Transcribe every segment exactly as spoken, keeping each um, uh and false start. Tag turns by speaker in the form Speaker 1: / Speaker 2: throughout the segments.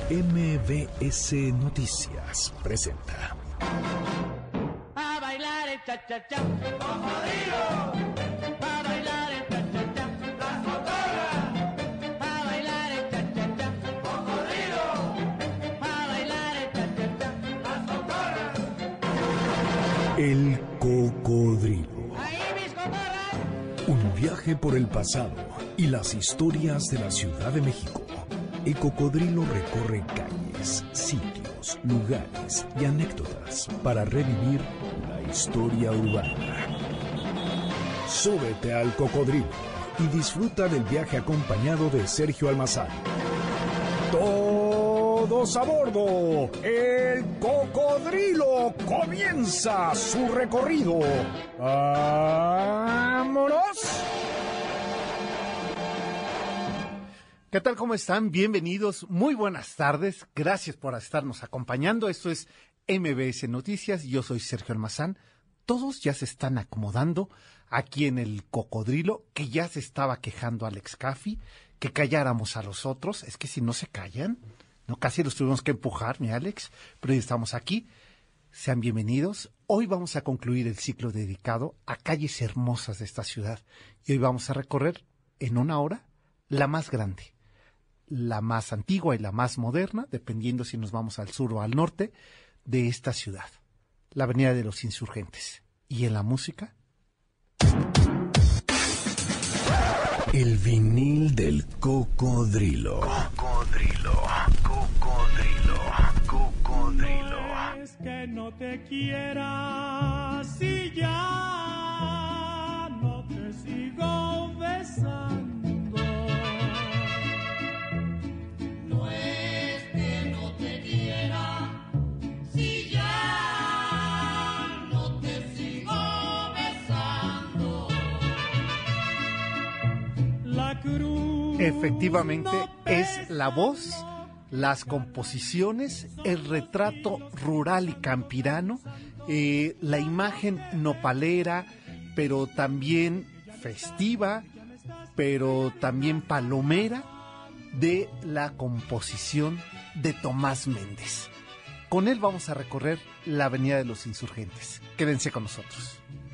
Speaker 1: M B S Noticias presenta.
Speaker 2: A bailar el cha-cha-cha, cocodrilo. A bailar el cha-cha-cha, las cotorras. A bailar el cha-cha-cha, cocodrilo. A bailar el cha-cha-cha, las cotorras.
Speaker 1: El cocodrilo.
Speaker 2: Ahí mis cotorras.
Speaker 1: Un viaje por el pasado y las historias de la Ciudad de México. El cocodrilo recorre calles, sitios, lugares y anécdotas para revivir la historia urbana. Súbete al cocodrilo y disfruta del viaje acompañado de Sergio Almazán. ¡Todos a bordo! ¡El cocodrilo comienza su recorrido! ¡Vámonos!
Speaker 3: ¿Qué tal? ¿Cómo están? Bienvenidos, muy buenas tardes, gracias por estarnos acompañando. Esto es M B S Noticias, yo soy Sergio Almazán. Todos ya se están acomodando aquí en el cocodrilo, que ya se estaba quejando Alex Caffi, que calláramos a los otros. Es que si no se callan, no casi los tuvimos que empujar, mi Alex, pero ya estamos aquí. Sean bienvenidos. Hoy vamos a concluir el ciclo dedicado a calles hermosas de esta ciudad. Y hoy vamos a recorrer en una hora la más grande, la más antigua y la más moderna, dependiendo si nos vamos al sur o al norte, de esta ciudad, la Avenida de los Insurgentes. Y en la música,
Speaker 1: el vinil del cocodrilo. Cocodrilo, cocodrilo, cocodrilo.
Speaker 4: Es que no te quieras si ya no te sigo besando.
Speaker 3: efectivamente es la voz, las composiciones, el retrato rural y campirano, eh, la imagen nopalera, pero también festiva, pero también palomera de la composición de Tomás Méndez. Con él vamos a recorrer la Avenida de los Insurgentes. Quédense con nosotros.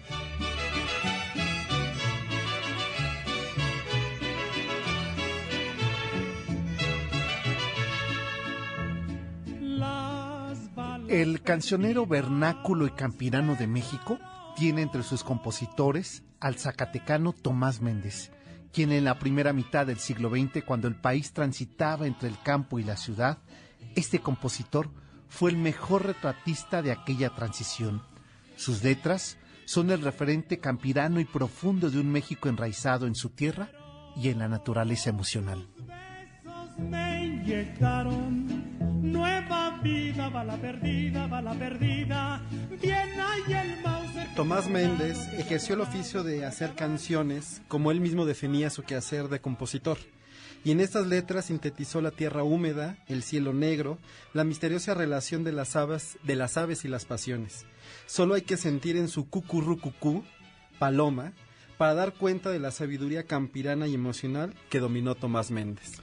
Speaker 3: El cancionero vernáculo y campirano de México tiene entre sus compositores al zacatecano Tomás Méndez, quien en la primera mitad del siglo veinte, cuando el país transitaba entre el campo y la ciudad, este compositor fue el mejor retratista de aquella transición. Sus letras son el referente campirano y profundo de un México enraizado en su tierra y en la naturaleza emocional.
Speaker 4: Me inyectaron nueva vida, bala perdida, bala perdida, bien hay el Mauser.
Speaker 5: Tomás Méndez ejerció el oficio de hacer canciones, como él mismo definía su quehacer de compositor. Y en estas letras sintetizó la tierra húmeda, el cielo negro, la misteriosa relación de las aves, de las aves y las pasiones. Solo hay que sentir en su cucurrucucú, paloma, para dar cuenta de la sabiduría campirana y emocional que dominó Tomás Méndez.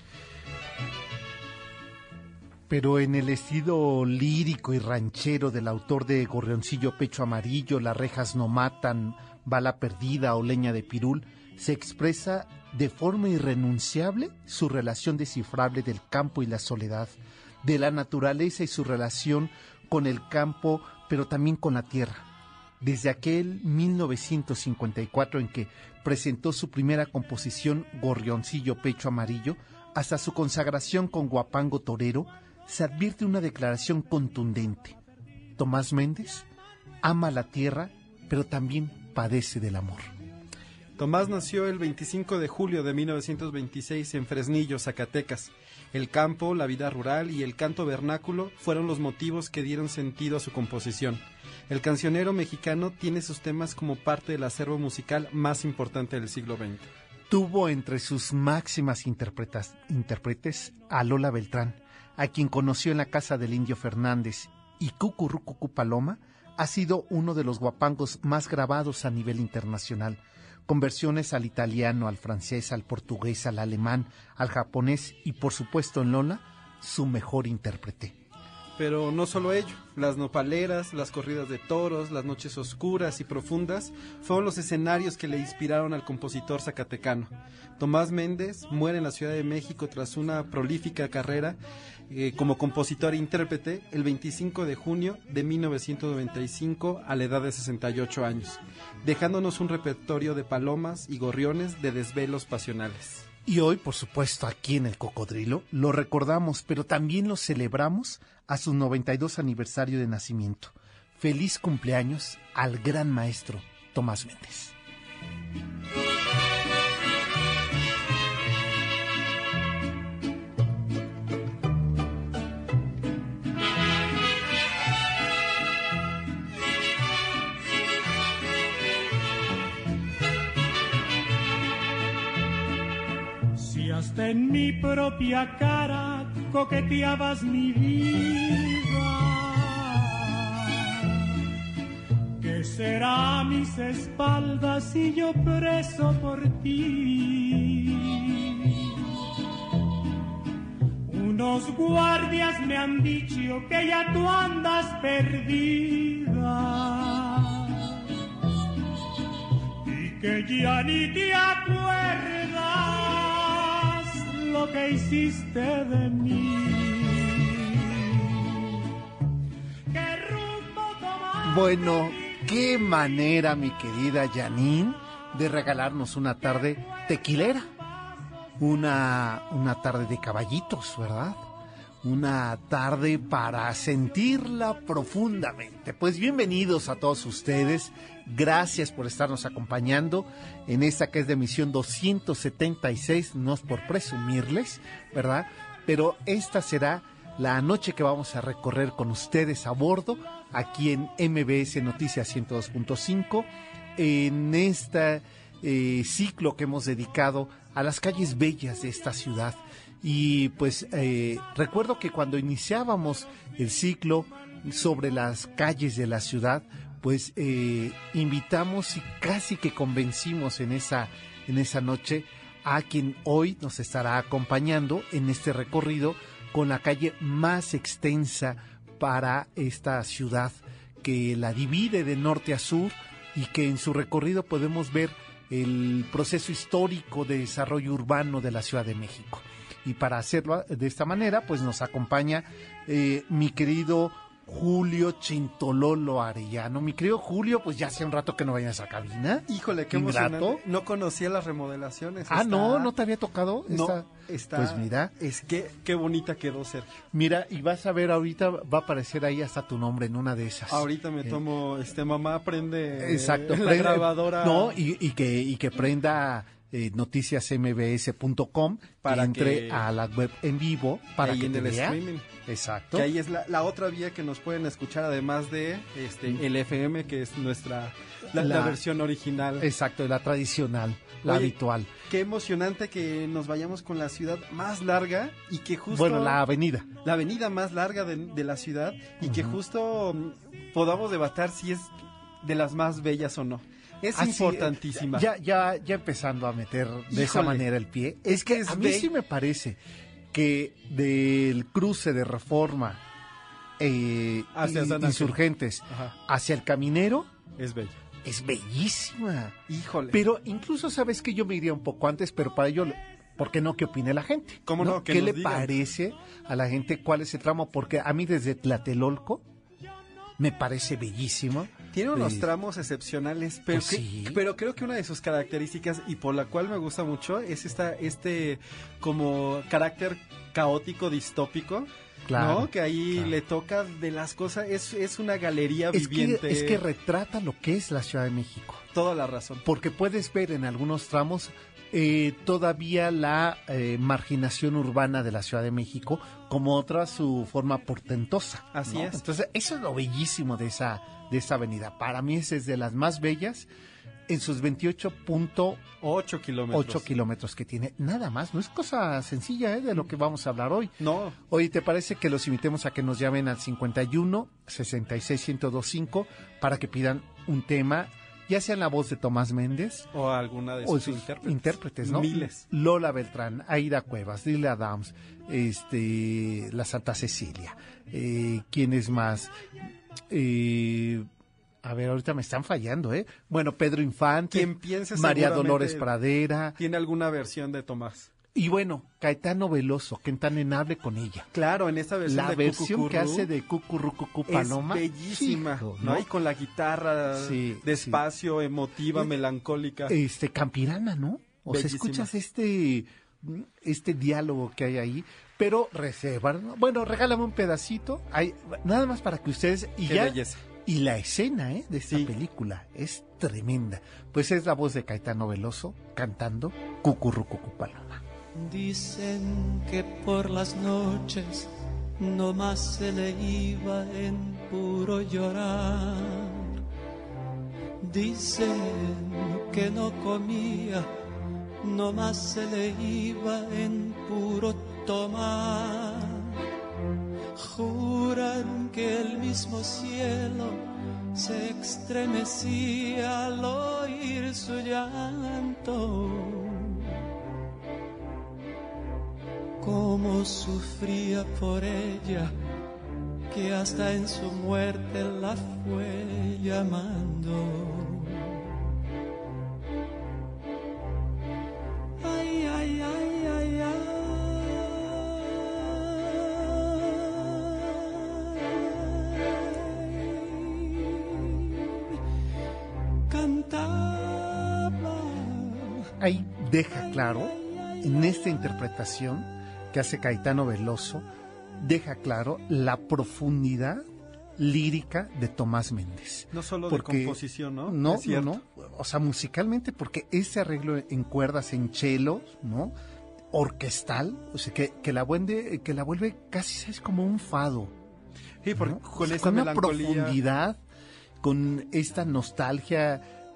Speaker 3: Pero en el estilo lírico y ranchero del autor de Gorrioncillo Pecho Amarillo, Las rejas no matan, Bala perdida o Leña de pirul, se expresa de forma irrenunciable su relación descifrable del campo y la soledad, de la naturaleza y su relación con el campo, pero también con la tierra. Desde aquel mil novecientos cincuenta y cuatro en que presentó su primera composición Gorrioncillo Pecho Amarillo, hasta su consagración con Guapango Torero, se advierte una declaración contundente. Tomás Méndez ama la tierra, pero también padece del amor.
Speaker 5: Tomás nació el veinticinco de julio de mil novecientos veintiséis en Fresnillo, Zacatecas. El campo, la vida rural y el canto vernáculo fueron los motivos que dieron sentido a su composición. El cancionero mexicano tiene sus temas como parte del acervo musical más importante del siglo veinte.
Speaker 3: Tuvo entre sus máximas interpretas, intérpretes a Lola Beltrán, a quien conoció en la casa del Indio Fernández, y Cucurrucucú Paloma ha sido uno de los guapangos más grabados a nivel internacional, con versiones al italiano, al francés, al portugués, al alemán, al japonés y por supuesto en Lola su mejor intérprete.
Speaker 5: Pero no solo ello, las nopaleras, las corridas de toros, las noches oscuras y profundas fueron los escenarios que le inspiraron al compositor zacatecano. Tomás Méndez muere en la Ciudad de México tras una prolífica carrera eh, como compositor e intérprete el veinticinco de junio de mil novecientos noventa y cinco a la edad de sesenta y ocho años, dejándonos un repertorio de palomas y gorriones de desvelos pasionales.
Speaker 3: Y hoy, por supuesto, aquí en El Cocodrilo, lo recordamos, pero también lo celebramos a su noventa y dos aniversario de nacimiento. Feliz cumpleaños al gran maestro Tomás Méndez.
Speaker 4: Hasta en mi propia cara coqueteabas mi vida. ¿Qué será a mis espaldas si yo preso por ti? Unos guardias me han dicho que ya tú andas perdida y que ya ni te acuerdas lo que hiciste de mí. ¿Qué rumbo tomaste?
Speaker 3: Bueno, qué manera, mi querida Janine, de regalarnos una tarde tequilera. Una, una tarde de caballitos, ¿verdad? Una tarde para sentirla profundamente. Pues bienvenidos a todos ustedes. Gracias por estarnos acompañando en esta que es de emisión doscientos setenta y seis, no es por presumirles, ¿verdad? Pero esta será la noche que vamos a recorrer con ustedes a bordo, aquí en M B S Noticias ciento dos punto cinco, en este eh, ciclo que hemos dedicado a las calles bellas de esta ciudad. Y pues eh, recuerdo que cuando iniciábamos el ciclo sobre las calles de la ciudad, pues eh, invitamos y casi que convencimos en esa, en esa noche a quien hoy nos estará acompañando en este recorrido con la calle más extensa para esta ciudad, que la divide de norte a sur y que en su recorrido podemos ver el proceso histórico de desarrollo urbano de la Ciudad de México. Y para hacerlo de esta manera, pues nos acompaña eh, mi querido Julio Chintololo Arellano. Mi querido Julio, pues ya hace un rato que no vayas a cabina.
Speaker 5: Híjole, qué
Speaker 3: Ingrato.
Speaker 5: emocionante. No conocía las remodelaciones.
Speaker 3: Ah,
Speaker 5: Está...
Speaker 3: no, ¿no te había tocado?
Speaker 5: No,
Speaker 3: Esta...
Speaker 5: está...
Speaker 3: Pues mira.
Speaker 5: Es que qué bonita quedó, Sergio.
Speaker 3: Mira, y vas a ver ahorita, va a aparecer ahí hasta tu nombre en una de esas.
Speaker 5: Ahorita me
Speaker 3: Eh,
Speaker 5: tomo, este, mamá prende
Speaker 3: Exacto,
Speaker 5: la
Speaker 3: prende-
Speaker 5: grabadora.
Speaker 3: No, y, y que y que prenda eh, noticias m b s punto com
Speaker 5: Para
Speaker 3: que entre
Speaker 5: que-
Speaker 3: a la web en vivo para
Speaker 5: ahí
Speaker 3: que
Speaker 5: en
Speaker 3: te
Speaker 5: el
Speaker 3: vea.
Speaker 5: streaming.
Speaker 3: Exacto.
Speaker 5: Que ahí es la, la otra vía que nos pueden escuchar, además de este el F M, que es nuestra la, la
Speaker 3: La-
Speaker 5: versión original.
Speaker 3: Exacto, la tradicional, la
Speaker 5: Oye,
Speaker 3: habitual.
Speaker 5: Qué emocionante que nos vayamos con la ciudad más larga y que justo...
Speaker 3: Bueno, la avenida.
Speaker 5: la avenida más larga de, de la ciudad y que justo mm, podamos debatir si es de las más bellas o no. Es
Speaker 3: Así,
Speaker 5: importantísima.
Speaker 3: Ya, ya, ya empezando a meter de esa
Speaker 5: Híjole.
Speaker 3: manera el pie. Es que
Speaker 5: Es
Speaker 3: a mí
Speaker 5: be-
Speaker 3: sí me parece que del cruce de Reforma eh,
Speaker 5: Hacia
Speaker 3: y-
Speaker 5: San Ángel.
Speaker 3: Insurgentes
Speaker 5: Ajá,
Speaker 3: hacia el Caminero
Speaker 5: es bella.
Speaker 3: es bellísima.
Speaker 5: Híjole.
Speaker 3: Pero incluso sabes que yo me iría un poco antes, pero para ello, ¿por qué no? ¿Qué opine la gente?
Speaker 5: ¿Cómo no? Que
Speaker 3: ¿Qué
Speaker 5: nos
Speaker 3: le
Speaker 5: digan.
Speaker 3: parece a la gente? ¿Cuál es el tramo? Porque a mí desde Tlatelolco me parece bellísimo.
Speaker 5: Tiene unos
Speaker 3: Eh,
Speaker 5: tramos excepcionales, pero,
Speaker 3: pues
Speaker 5: que-
Speaker 3: sí.
Speaker 5: pero creo que una de sus características y por la cual me gusta mucho es esta este como carácter caótico distópico,
Speaker 3: Claro,
Speaker 5: ¿no? Que ahí
Speaker 3: claro.
Speaker 5: le toca de las cosas, es, es una galería
Speaker 3: Es que,
Speaker 5: viviente.
Speaker 3: es que retrata lo que es la Ciudad de México.
Speaker 5: Toda la razón.
Speaker 3: Porque puedes ver en algunos tramos eh, todavía la eh, marginación urbana de la Ciudad de México, como otra su forma portentosa.
Speaker 5: Así
Speaker 3: ¿no?
Speaker 5: es.
Speaker 3: Entonces, eso es lo bellísimo de esa, de esa avenida. Para mí esa es de las más bellas en sus veintiocho punto
Speaker 5: ocho kilómetros.
Speaker 3: ocho kilómetros que tiene. Nada más, no es cosa sencilla ¿eh? de lo que vamos a hablar hoy.
Speaker 5: No,
Speaker 3: Oye, ¿te parece que los invitemos a que nos llamen al cincuenta y uno, sesenta y seis, ciento veinticinco para que pidan un tema ya sea en la voz de Tomás Méndez
Speaker 5: O alguna de
Speaker 3: o
Speaker 5: sus,
Speaker 3: sus
Speaker 5: intérpretes.
Speaker 3: intérpretes, ¿no?
Speaker 5: Miles.
Speaker 3: Lola Beltrán, Aida Cuevas, Lily Adams, este, la Santa Cecilia, eh, ¿quién es más? Eh, a ver, ahorita me están fallando, ¿eh? Bueno, Pedro Infante,
Speaker 5: Quien piense
Speaker 3: María
Speaker 5: seguramente
Speaker 3: Dolores Pradera,
Speaker 5: Tiene alguna versión de Tomás.
Speaker 3: y bueno, Caetano Veloso, que tan enable con ella.
Speaker 5: Claro, en esta versión
Speaker 3: La
Speaker 5: de
Speaker 3: versión que
Speaker 5: Cucucurru
Speaker 3: hace de Cucurrucucú
Speaker 5: es
Speaker 3: Paloma.
Speaker 5: bellísima,
Speaker 3: hijo,
Speaker 5: ¿no? Y con la guitarra
Speaker 3: Sí,
Speaker 5: despacio, emotiva,
Speaker 3: Eh,
Speaker 5: melancólica.
Speaker 3: Este, Campirana, ¿no? O sea,
Speaker 5: Bellísima.
Speaker 3: escuchas este, este diálogo que hay ahí, pero reserva, ¿no? Bueno, regálame un pedacito, hay, nada más para que ustedes, y
Speaker 5: Qué
Speaker 3: ya,
Speaker 5: belleza.
Speaker 3: y la escena, ¿eh? De esta
Speaker 5: Sí.
Speaker 3: película es tremenda. Pues es la voz de Caetano Veloso cantando Cucurrucucú Paloma.
Speaker 6: Dicen que por las noches no más se le iba en puro llorar. Dicen que no comía, no más se le iba en puro tomar. Juran que el mismo cielo se estremecía al oír su llanto. Cómo sufría por ella, que hasta en su muerte la fue llamando. Ay, ay, ay, ay, ay. Cantaba.
Speaker 3: Ahí deja claro, en esta interpretación que hace Caetano Veloso, deja claro la profundidad lírica de Tomás Méndez.
Speaker 5: No solo
Speaker 3: Porque-
Speaker 5: de composición, ¿no?
Speaker 3: No,
Speaker 5: Es cierto.
Speaker 3: no, no. O sea, musicalmente, porque ese arreglo en cuerdas, en chelos, ¿no? Orquestal, o sea, que, que la vuelve, que la vuelve casi, ¿sabes? Como un fado.
Speaker 5: Sí, porque
Speaker 3: ¿no?
Speaker 5: con
Speaker 3: O sea,
Speaker 5: esa
Speaker 3: una
Speaker 5: melancolía.
Speaker 3: profundidad, con esta nostalgia,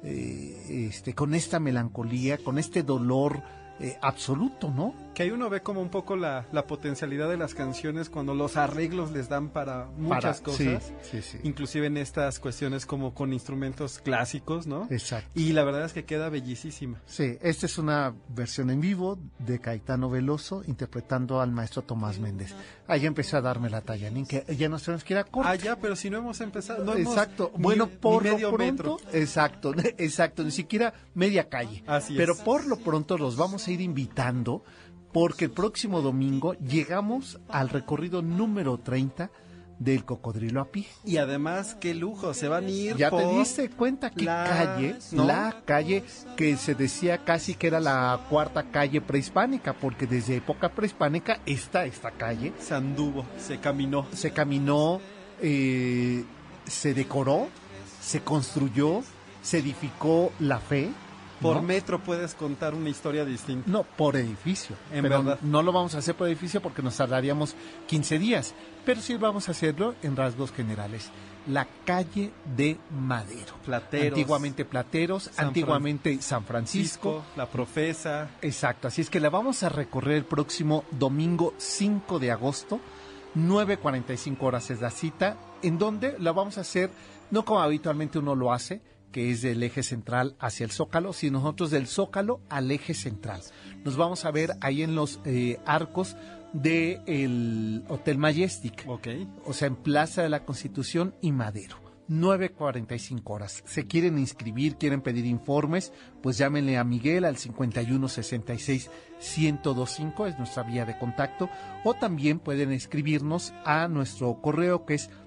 Speaker 3: eh, este, con esta melancolía, con este dolor eh, absoluto, ¿no?
Speaker 5: Que ahí uno ve como un poco la, la potencialidad de las canciones cuando los arreglos les dan para muchas
Speaker 3: Para-
Speaker 5: cosas.
Speaker 3: Sí, sí, sí.
Speaker 5: Inclusive en estas cuestiones como con instrumentos clásicos, ¿no?
Speaker 3: Exacto.
Speaker 5: Y la verdad es que queda bellísima.
Speaker 3: Sí, esta es una versión en vivo de Caetano Veloso interpretando al maestro Tomás Méndez. Ahí empezó a darme la talla, ni que ya nos tenemos que ir a corte.
Speaker 5: Ah, ya, pero si no hemos empezado. No hemos
Speaker 3: Exacto.
Speaker 5: ni-
Speaker 3: Bueno,
Speaker 5: ni
Speaker 3: por
Speaker 5: medio
Speaker 3: lo pronto,
Speaker 5: metro.
Speaker 3: exacto, exacto, ni siquiera media calle.
Speaker 5: Así es.
Speaker 3: Pero por lo pronto los vamos a ir invitando porque el próximo domingo llegamos al recorrido número treinta del Cocodrilo a pie.
Speaker 5: Y además, qué lujo, se van a ir
Speaker 3: Ya
Speaker 5: por...
Speaker 3: te diste cuenta que
Speaker 5: la-
Speaker 3: calle,
Speaker 5: ¿no?
Speaker 3: la calle que se decía casi que era la cuarta calle prehispánica, porque desde época prehispánica está esta calle,
Speaker 5: Se anduvo, se caminó.
Speaker 3: se caminó, eh, se decoró, se construyó, se edificó la fe.
Speaker 5: Por
Speaker 3: ¿no?
Speaker 5: metro puedes contar una historia distinta.
Speaker 3: No, por edificio.
Speaker 5: En
Speaker 3: pero
Speaker 5: verdad.
Speaker 3: no lo vamos a hacer por edificio porque nos tardaríamos quince días. Pero sí vamos a hacerlo en rasgos generales. La calle de Madero.
Speaker 5: Plateros.
Speaker 3: Antiguamente Plateros,
Speaker 5: San
Speaker 3: antiguamente San Francisco.
Speaker 5: Francisco, la profesa.
Speaker 3: Exacto, así es que la vamos a recorrer el próximo domingo cinco de agosto. nueve cuarenta y cinco horas es la cita. En donde la vamos a hacer, no como habitualmente uno lo hace, que es del eje central hacia el Zócalo, sino nosotros del Zócalo al eje central. Nos vamos a ver ahí en los eh, arcos del Hotel Majestic,
Speaker 5: Ok.
Speaker 3: o sea, en Plaza de la Constitución y Madero. nueve cuarenta y cinco horas. ¿Se quieren inscribir, quieren pedir informes? Pues llámenle a Miguel al cincuenta y uno sesenta y seis ciento veinticinco, es nuestra vía de contacto, o también pueden escribirnos a nuestro correo que es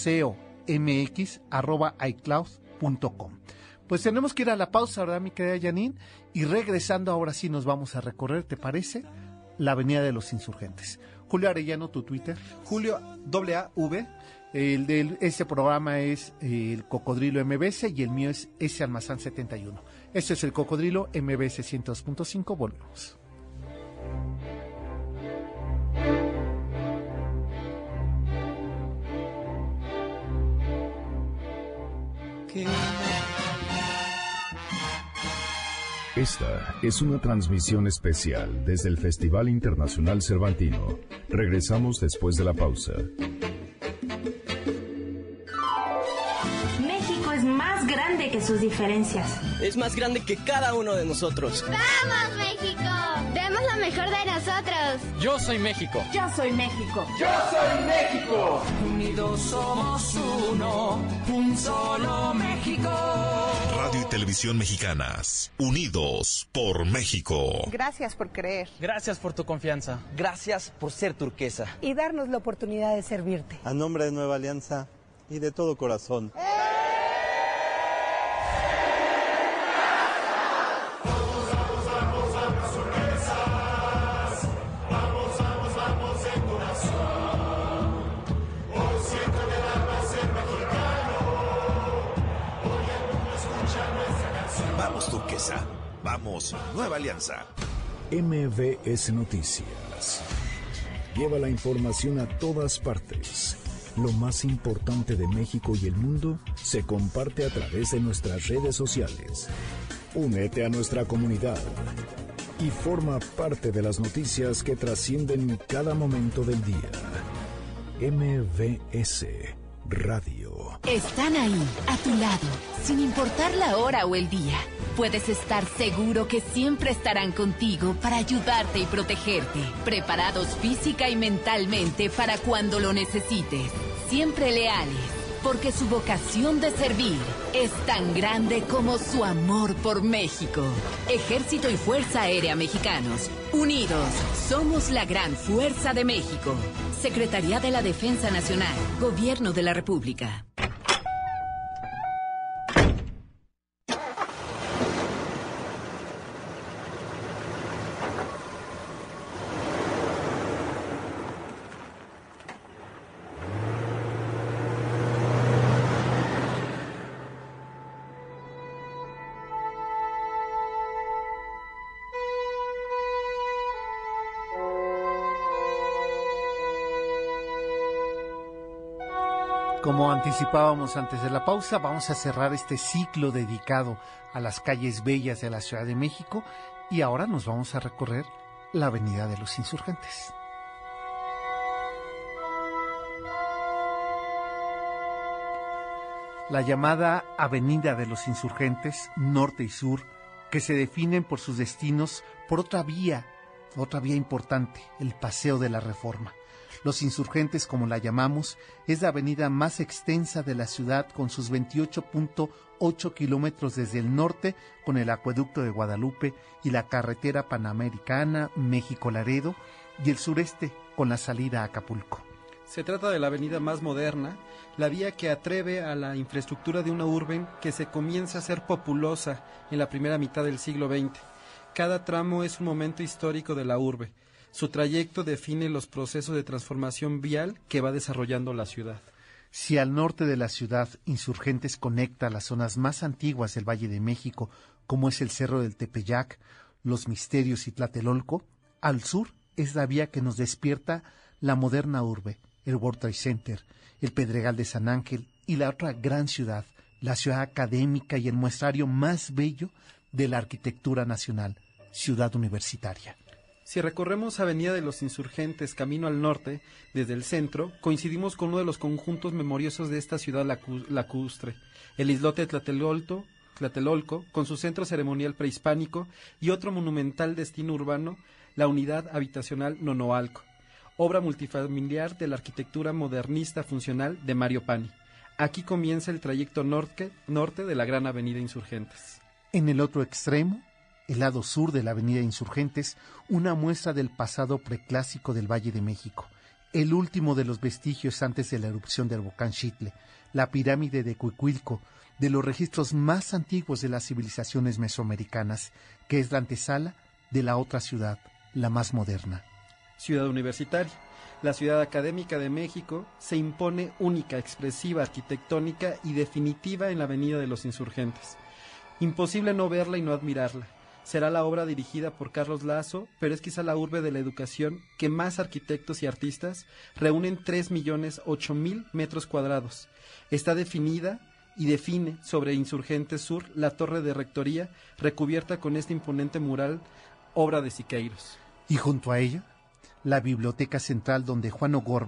Speaker 3: paseomx arroba icloud punto com. Pues tenemos que ir a la pausa, ¿verdad, mi querida Janine? Y regresando, ahora sí nos vamos a recorrer, ¿te parece? La Avenida de los Insurgentes. Julio Arellano, tu Twitter.
Speaker 5: Julio doble A V.
Speaker 3: El de este programa es eh, el Cocodrilo M B S y el mío es S Almazán setenta y uno. Este es el Cocodrilo M B S ciento dos punto cinco. Volvemos.
Speaker 6: Que
Speaker 1: Esta es una transmisión especial desde el Festival Internacional Cervantino. Regresamos después de la pausa.
Speaker 7: México es más grande que sus diferencias.
Speaker 8: Es más grande que cada uno de nosotros.
Speaker 9: ¡Vamos, México! ¡Demos lo mejor de nosotros!
Speaker 10: Yo soy México.
Speaker 7: Yo soy México.
Speaker 2: Yo soy México.
Speaker 11: Unidos somos uno, un solo México.
Speaker 12: Radio y Televisión Mexicanas, unidos por México.
Speaker 13: Gracias por creer.
Speaker 10: Gracias por tu confianza.
Speaker 8: Gracias por ser turquesa.
Speaker 13: Y darnos la oportunidad de servirte.
Speaker 14: A nombre de Nueva Alianza y de todo corazón.
Speaker 2: ¡Eh!
Speaker 12: Vamos, turquesa. Vamos, Nueva Alianza.
Speaker 1: M V S Noticias. Lleva la información a todas partes. Lo más importante de México y el mundo se comparte a través de nuestras redes sociales. Únete a nuestra comunidad y forma parte de las noticias que trascienden cada momento del día. M V S Radio.
Speaker 15: Están ahí, a tu lado, sin importar la hora o el día. Puedes estar seguro que siempre estarán contigo para ayudarte y protegerte, preparados física y mentalmente para cuando lo necesites. Siempre leales, porque su vocación de servir es tan grande como su amor por México. Ejército y Fuerza Aérea Mexicanos, unidos, somos la gran fuerza de México. Secretaría de la Defensa Nacional, Gobierno de la República.
Speaker 3: Como anticipábamos antes de la pausa, vamos a cerrar este ciclo dedicado a las calles bellas de la Ciudad de México y ahora nos vamos a recorrer la Avenida de los Insurgentes. La llamada Avenida de los Insurgentes, norte y sur, que se definen por sus destinos por otra vía, otra vía importante, el Paseo de la Reforma. Los Insurgentes, como la llamamos, es la avenida más extensa de la ciudad con sus veintiocho punto ocho kilómetros desde el norte con el acueducto de Guadalupe y la carretera panamericana México-Laredo y el sureste con la salida a Acapulco.
Speaker 5: Se trata de la avenida más moderna, la vía que atreve a la infraestructura de una urbe que se comienza a ser populosa en la primera mitad del siglo veinte. Cada tramo es un momento histórico de la urbe. Su trayecto define los procesos de transformación vial que va desarrollando la ciudad.
Speaker 3: Si al norte de la ciudad Insurgentes conecta las zonas más antiguas del Valle de México, como es el Cerro del Tepeyac, Los Misterios y Tlatelolco, al sur es la vía que nos despierta la moderna urbe, el World Trade Center, el Pedregal de San Ángel y la otra gran ciudad, la ciudad académica y el muestrario más bello de la arquitectura nacional, Ciudad Universitaria.
Speaker 5: Si recorremos Avenida de los Insurgentes camino al norte, desde el centro, coincidimos con uno de los conjuntos memoriosos de esta ciudad lacu- lacustre, el islote de Tlatelolco, Tlatelolco, con su centro ceremonial prehispánico y otro monumental destino urbano, la unidad habitacional Nonoalco, obra multifamiliar de la arquitectura modernista funcional de Mario Pani. Aquí comienza el trayecto norte, norte de la gran Avenida Insurgentes.
Speaker 3: En el otro extremo, el lado sur de la Avenida Insurgentes, una muestra del pasado preclásico del Valle de México, el último de los vestigios antes de la erupción del volcán Xitle, la pirámide de Cuicuilco, de los registros más antiguos de las civilizaciones mesoamericanas, que es la antesala de la otra ciudad, la más moderna.
Speaker 5: Ciudad Universitaria. La ciudad académica de México se impone única, expresiva, arquitectónica y definitiva en la Avenida de los Insurgentes. Imposible no verla y no admirarla. Será la obra dirigida por Carlos Lazo, pero es quizá la urbe de la educación que más arquitectos y artistas reúnen tres millones ocho mil metros cuadrados. Está definida y define sobre Insurgentes Sur la torre de rectoría recubierta con este imponente mural, obra de Siqueiros.
Speaker 3: Y junto a ella, la Biblioteca Central donde Juan O'Gorman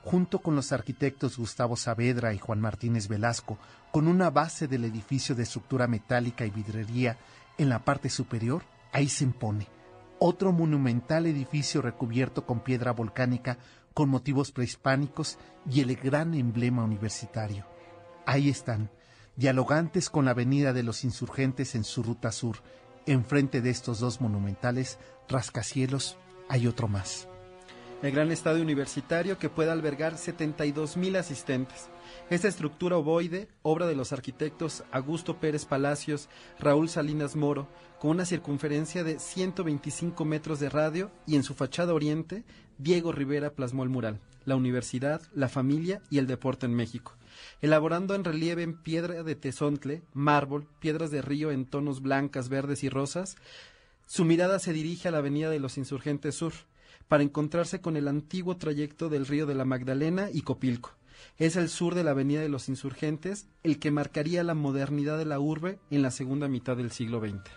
Speaker 3: junto con los arquitectos Gustavo Saavedra y Juan Martínez Velasco, con una base del edificio de estructura metálica y vidrería en la parte superior, ahí se impone otro monumental edificio recubierto con piedra volcánica con motivos prehispánicos y el gran emblema universitario. Ahí están, dialogantes con la avenida de los Insurgentes en su ruta sur. Enfrente de estos dos monumentales rascacielos hay otro más.
Speaker 5: El gran estadio universitario que puede albergar setenta y dos mil asistentes. Esta estructura ovoide, obra de los arquitectos Augusto Pérez Palacios, Raúl Salinas Moro, con una circunferencia de ciento veinticinco metros de radio, y en su fachada oriente, Diego Rivera plasmó el mural, la universidad, la familia y el deporte en México, elaborando en relieve en piedra de tezontle, mármol, piedras de río en tonos blancas, verdes y rosas. Su mirada se dirige a la avenida de los Insurgentes Sur, para encontrarse con el antiguo trayecto del río de la Magdalena y Copilco. Es el sur de la avenida de los Insurgentes el que marcaría la modernidad de la urbe en la segunda mitad del siglo veinte.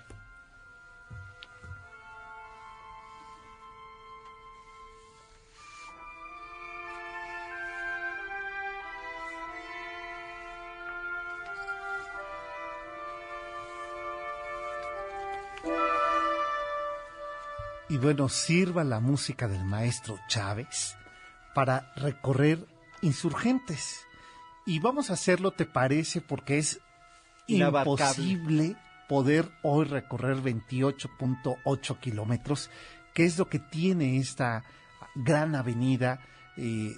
Speaker 3: Y bueno, sirva la música del maestro Chávez para recorrer Insurgentes. Y vamos a hacerlo, ¿te parece? Porque es imposible poder hoy recorrer veintiocho punto ocho kilómetros, que es lo que tiene esta gran avenida, eh,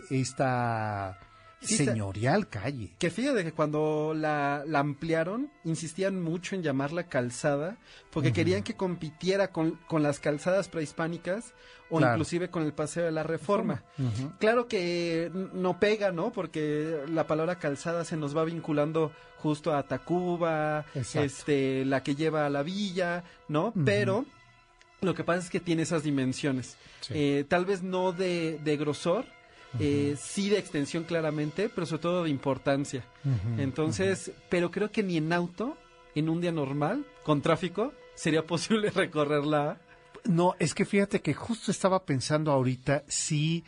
Speaker 3: esta sí, señorial calle.
Speaker 5: Que fíjate que cuando la, la ampliaron, insistían mucho en llamarla calzada, porque uh-huh. querían que compitiera con, con las calzadas prehispánicas, o claro. inclusive con el Paseo de la Reforma. Uh-huh. Claro que no pega, ¿no? Porque la palabra calzada se nos va vinculando justo a Tacuba, Exacto. este, la que lleva a la villa, ¿no? Uh-huh. Pero lo que pasa es que tiene esas dimensiones. Sí. Eh, tal vez no de, de grosor, uh-huh. eh, sí de extensión claramente, pero sobre todo de importancia. Uh-huh. Entonces, uh-huh. pero creo que ni en auto, en un día normal, con tráfico, sería posible recorrerla.
Speaker 3: No, es que fíjate que justo estaba pensando ahorita si,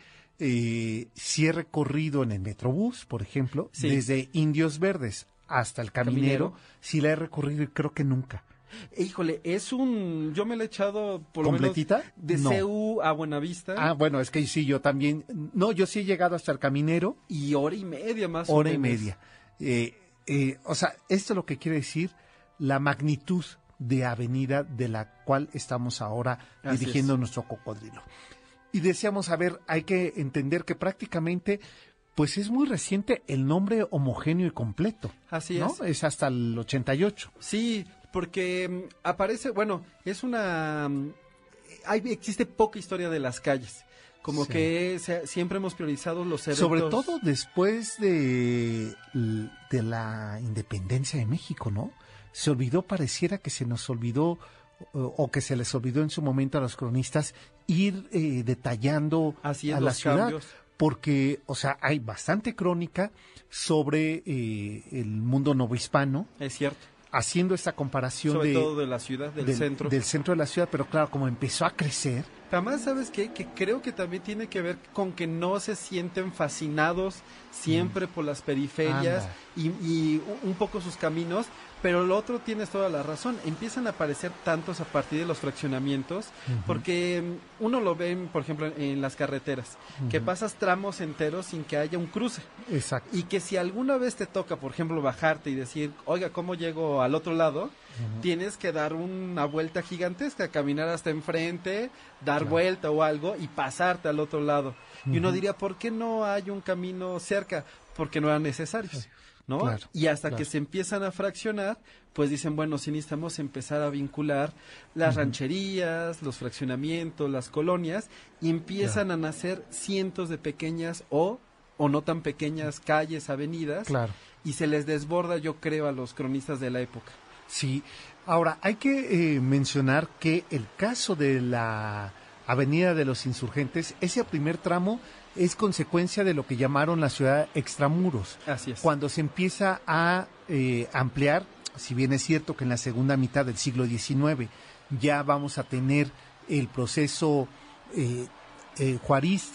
Speaker 3: eh, si he recorrido en el Metrobús, por ejemplo, sí. desde Indios Verdes hasta el Caminero, Caminero. Si la he recorrido y creo que nunca.
Speaker 5: Híjole, es un... Yo me la he echado por lo
Speaker 3: ¿Completita?
Speaker 5: menos de
Speaker 3: no.
Speaker 5: C U a Buenavista.
Speaker 3: Ah, bueno, es que sí, yo también... No, yo sí he llegado hasta el Caminero.
Speaker 5: Y hora y media más
Speaker 3: hora
Speaker 5: o menos.
Speaker 3: Hora y media. Eh, eh, o sea, esto es lo que quiere decir la magnitud de avenida de la cual estamos ahora Así dirigiendo es. nuestro cocodrilo. Y decíamos, a ver, hay que entender que prácticamente... Pues es muy reciente el nombre homogéneo y completo.
Speaker 5: Así
Speaker 3: ¿no?
Speaker 5: es.
Speaker 3: Es hasta el ochenta y ocho.
Speaker 5: Sí, porque um, aparece, bueno, es una... Um, hay, existe poca historia de las calles. Como sí. que se, siempre hemos priorizado los eventos.
Speaker 3: Sobre todo después de, de la independencia de México, ¿no? Se olvidó, pareciera que se nos olvidó, o, o que se les olvidó en su momento a los cronistas, ir eh, detallando
Speaker 5: Así es,
Speaker 3: a
Speaker 5: los
Speaker 3: la ciudad.
Speaker 5: Cambios.
Speaker 3: Porque, o sea, hay bastante crónica sobre eh, el mundo novohispano.
Speaker 5: Es cierto.
Speaker 3: Haciendo esta comparación
Speaker 5: sobre
Speaker 3: de...
Speaker 5: todo de la ciudad, del,
Speaker 3: del
Speaker 5: centro.
Speaker 3: Del centro de la ciudad, pero claro, como empezó a crecer...
Speaker 5: Además, ¿sabes qué? Que creo que también tiene que ver con que no se sienten fascinados siempre mm. por las periferias y, y un poco sus caminos, pero lo otro tienes toda la razón. Empiezan a aparecer tantos a partir de los fraccionamientos, uh-huh. porque uno lo ve, por ejemplo, en, en las carreteras, uh-huh. que pasas tramos enteros sin que haya un cruce.
Speaker 3: Exacto.
Speaker 5: Y que si alguna vez te toca, por ejemplo, bajarte y decir, oiga, ¿cómo llego al otro lado? Uh-huh. Tienes que dar una vuelta gigantesca, caminar hasta enfrente, dar claro. vuelta o algo y pasarte al otro lado. Uh-huh. Y uno diría, ¿por qué no hay un camino cerca? Porque no eran necesarios, ¿no?
Speaker 3: Claro,
Speaker 5: y hasta
Speaker 3: claro.
Speaker 5: que se empiezan a fraccionar, pues dicen, bueno, sí necesitamos empezar a vincular las uh-huh. rancherías, los fraccionamientos, las colonias, y empiezan claro. a nacer cientos de pequeñas o, o no tan pequeñas calles, avenidas,
Speaker 3: claro.
Speaker 5: y se les desborda, yo creo, a los cronistas de la época.
Speaker 3: Sí, ahora hay que eh, mencionar que el caso de la Avenida de los Insurgentes, ese primer tramo es consecuencia de lo que llamaron la ciudad extramuros.
Speaker 5: Así es.
Speaker 3: Cuando se empieza a eh, ampliar, si bien es cierto que en la segunda mitad del siglo diecinueve ya vamos a tener el proceso eh, eh, juarista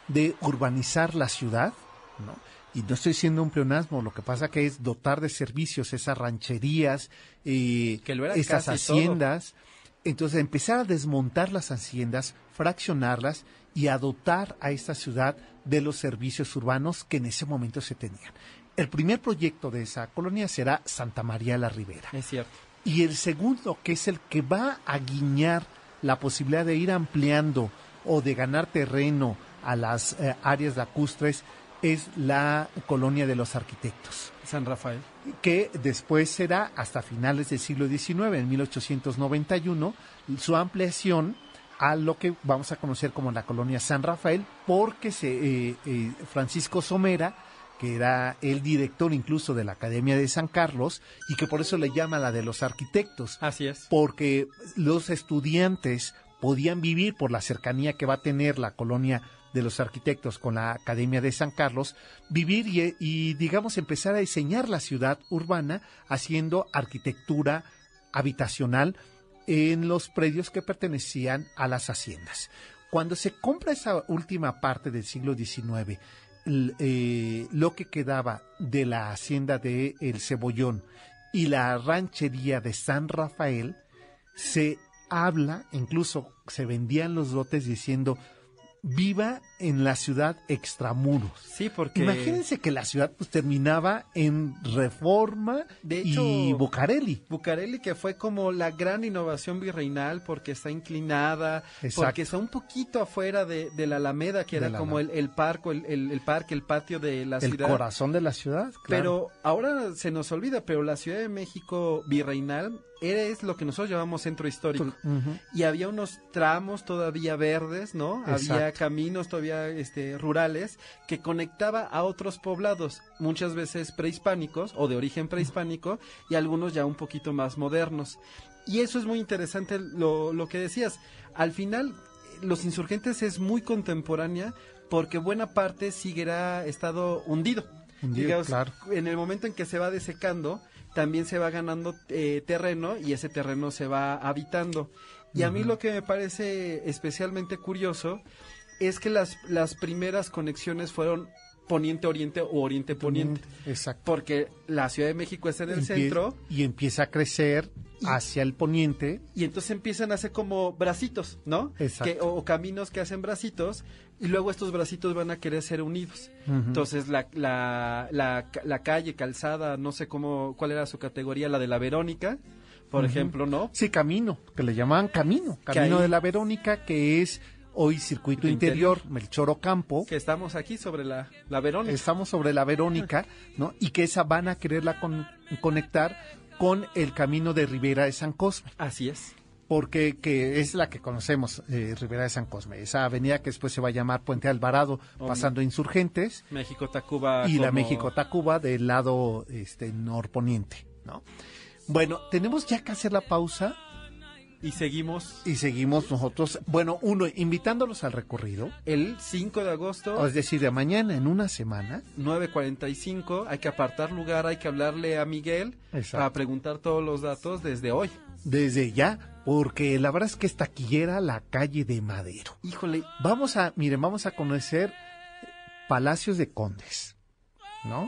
Speaker 3: de urbanizar la ciudad, ¿no? Y no estoy siendo un pleonasmo, lo que pasa que es dotar de servicios esas rancherías, eh, esas haciendas. Todo. Entonces, empezar a desmontar las haciendas, fraccionarlas y a dotar a esta ciudad de los servicios urbanos que en ese momento se tenían. El primer proyecto de esa colonia será Santa María la Ribera.
Speaker 5: Es cierto.
Speaker 3: Y el segundo, que es el que va a guiñar la posibilidad de ir ampliando o de ganar terreno a las eh, áreas lacustres, es la colonia de los arquitectos.
Speaker 5: San Rafael.
Speaker 3: Que después será hasta finales del siglo diecinueve, en mil ochocientos noventa y uno, su ampliación a lo que vamos a conocer como la colonia San Rafael, porque se, eh, eh, Francisco Somera, que era el director incluso de la Academia de San Carlos, y que por eso le llama la de los arquitectos.
Speaker 5: Así es.
Speaker 3: Porque los estudiantes podían vivir por la cercanía que va a tener la colonia de los arquitectos con la Academia de San Carlos, vivir y, y digamos empezar a diseñar la ciudad urbana haciendo arquitectura habitacional en los predios que pertenecían a las haciendas. Cuando se compra esa última parte del siglo diecinueve, eh, lo que quedaba de la hacienda de El Cebollón y la ranchería de San Rafael, se habla, incluso se vendían los lotes diciendo viva en la ciudad extramuros.
Speaker 5: Sí, porque
Speaker 3: imagínense que la ciudad pues terminaba en Reforma
Speaker 5: de hecho,
Speaker 3: y Bucareli.
Speaker 5: Bucareli, que fue como la gran innovación virreinal porque está inclinada,
Speaker 3: exacto,
Speaker 5: porque está un poquito afuera de, de la Alameda, que de era como el, el parque, el, el, el parque, el patio de la
Speaker 3: el
Speaker 5: ciudad.
Speaker 3: El corazón de la ciudad, claro.
Speaker 5: Pero ahora se nos olvida, pero la Ciudad de México virreinal es lo que nosotros llamamos centro histórico. Uh-huh. Y había unos tramos todavía verdes, ¿no? Exacto. Había caminos todavía este, rurales que conectaba a otros poblados, muchas veces prehispánicos o de origen prehispánico, y algunos ya un poquito más modernos. Y eso es muy interesante lo, lo que decías. Al final, Los Insurgentes es muy contemporánea porque buena parte seguirá estado hundido.
Speaker 3: Hundido,
Speaker 5: Digamos,
Speaker 3: claro.
Speaker 5: En el momento en que se va desecando, también se va ganando eh, terreno y ese terreno se va habitando. Y uh-huh. a mí lo que me parece especialmente curioso es que las, las primeras conexiones fueron poniente-oriente o oriente-poniente.
Speaker 3: Exacto.
Speaker 5: Porque la Ciudad de México está en el
Speaker 3: Empie-
Speaker 5: centro.
Speaker 3: Y empieza a crecer
Speaker 5: y,
Speaker 3: hacia el poniente.
Speaker 5: Y entonces empiezan a hacer como bracitos, ¿no?
Speaker 3: Exacto.
Speaker 5: Que, o, o caminos que hacen bracitos. Y luego estos bracitos van a querer ser unidos. Uh-huh. Entonces la, la, la, la calle, calzada, no sé cómo, cuál era su categoría, la de la Verónica, por uh-huh. ejemplo, ¿no?
Speaker 3: Sí, camino, que le llamaban camino. Camino ahí, de la Verónica, que es hoy circuito interior, interior, Melchor Ocampo.
Speaker 5: Que estamos aquí sobre la, la Verónica.
Speaker 3: Estamos sobre la Verónica, ¿no? Y que esa van a quererla con, conectar con el camino de Ribera de San Cosme.
Speaker 5: Así es.
Speaker 3: Porque que es la que conocemos, eh, Ribera de San Cosme, esa avenida que después se va a llamar Puente Alvarado, oh, pasando Insurgentes.
Speaker 5: México-Tacuba.
Speaker 3: Y
Speaker 5: como...
Speaker 3: la México-Tacuba del lado este, norponiente, ¿no? Bueno, tenemos ya que hacer la pausa.
Speaker 5: Y seguimos.
Speaker 3: Y seguimos nosotros, bueno, uno, invitándolos al recorrido.
Speaker 5: El cinco de agosto.
Speaker 3: Es decir, de mañana, en una semana.
Speaker 5: nueve cuarenta y cinco, hay que apartar lugar, hay que hablarle a Miguel. Exacto. Para preguntar todos los datos desde hoy.
Speaker 3: Desde ya, porque la verdad es que es taquillera la calle de Madero.
Speaker 5: Híjole.
Speaker 3: Vamos a, miren, vamos a conocer Palacios de Condes, ¿no?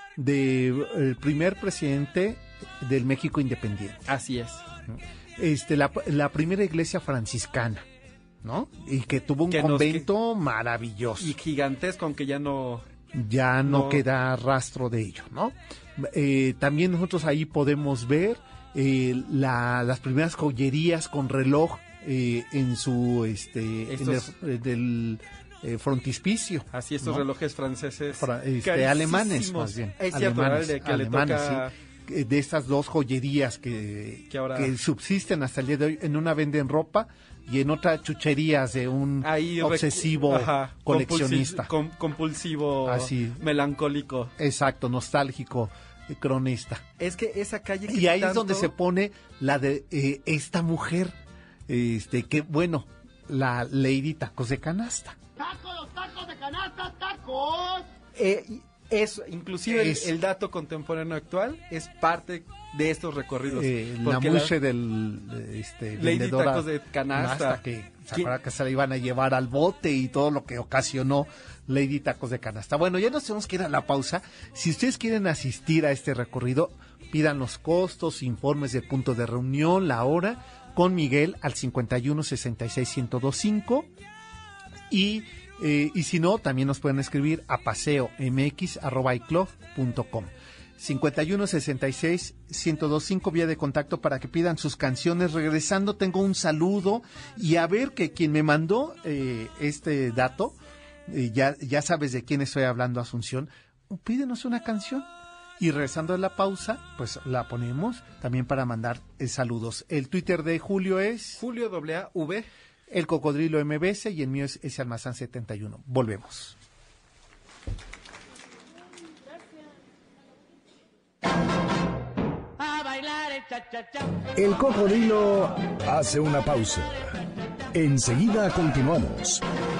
Speaker 3: De el primer presidente del México independiente.
Speaker 5: Así es.
Speaker 3: ¿No? Este, la, la primera iglesia franciscana, ¿no? Y que tuvo un
Speaker 5: que
Speaker 3: convento
Speaker 5: que,
Speaker 3: maravilloso.
Speaker 5: Y gigantesco, aunque ya no...
Speaker 3: Ya no,
Speaker 5: no...
Speaker 3: queda rastro de ello, ¿no? Eh, también nosotros ahí podemos ver eh, la, las primeras joyerías con reloj eh, en su, este,
Speaker 5: Estos...
Speaker 3: en el, del eh, frontispicio.
Speaker 5: Así, estos
Speaker 3: ¿no?
Speaker 5: relojes franceses.
Speaker 3: Fra, este, alemanes, más bien.
Speaker 5: Es cierto,
Speaker 3: alemanes,
Speaker 5: de que
Speaker 3: alemanes,
Speaker 5: le toca...
Speaker 3: sí. De estas dos joyerías que,
Speaker 5: que, ahora...
Speaker 3: que subsisten hasta el día de hoy. En una venden ropa y en otra chucherías de un Ahí obsesivo
Speaker 5: Ajá,
Speaker 3: coleccionista.
Speaker 5: Compulsivo, compulsivo Así. Melancólico.
Speaker 3: Exacto, nostálgico, cronista.
Speaker 5: Es que esa calle... Que
Speaker 3: y ahí
Speaker 5: tanto...
Speaker 3: es donde se pone la de eh, esta mujer, este que bueno, la Lady Tacos de Canasta.
Speaker 2: ¡Tacos, los tacos de canasta, tacos!
Speaker 5: Eh... Eso, inclusive
Speaker 3: Es-
Speaker 5: el, el dato contemporáneo actual es parte de estos recorridos.
Speaker 3: Eh, la
Speaker 5: porque
Speaker 3: mushe del este,
Speaker 5: Lady
Speaker 3: vendedora
Speaker 5: Tacos de Canasta.
Speaker 3: que se
Speaker 5: ¿Quién?
Speaker 3: acuerda que se la iban a llevar al bote y todo lo que ocasionó Lady Tacos de Canasta. Bueno, ya nos tenemos que ir a la pausa. Si ustedes quieren asistir a este recorrido, pidan los costos, informes del punto de reunión, la hora, con Miguel al cincuenta y uno sesenta y seis ciento veinticinco y Eh, y si no, también nos pueden escribir a paseomx arroba iclof punto com. cincuenta y uno sesenta y seis ciento veinticinco vía de contacto para que pidan sus canciones. Regresando tengo un saludo y a ver que quien me mandó eh, este dato, eh, ya, ya sabes de quién estoy hablando, Asunción, pídenos una canción. Y regresando a la pausa, pues la ponemos también para mandar eh, saludos. El Twitter de Julio es
Speaker 5: Julio W A V.
Speaker 3: El Cocodrilo M B S y el mío es ese Almazán setenta y uno. Volvemos.
Speaker 1: El Cocodrilo hace una pausa. Enseguida continuamos.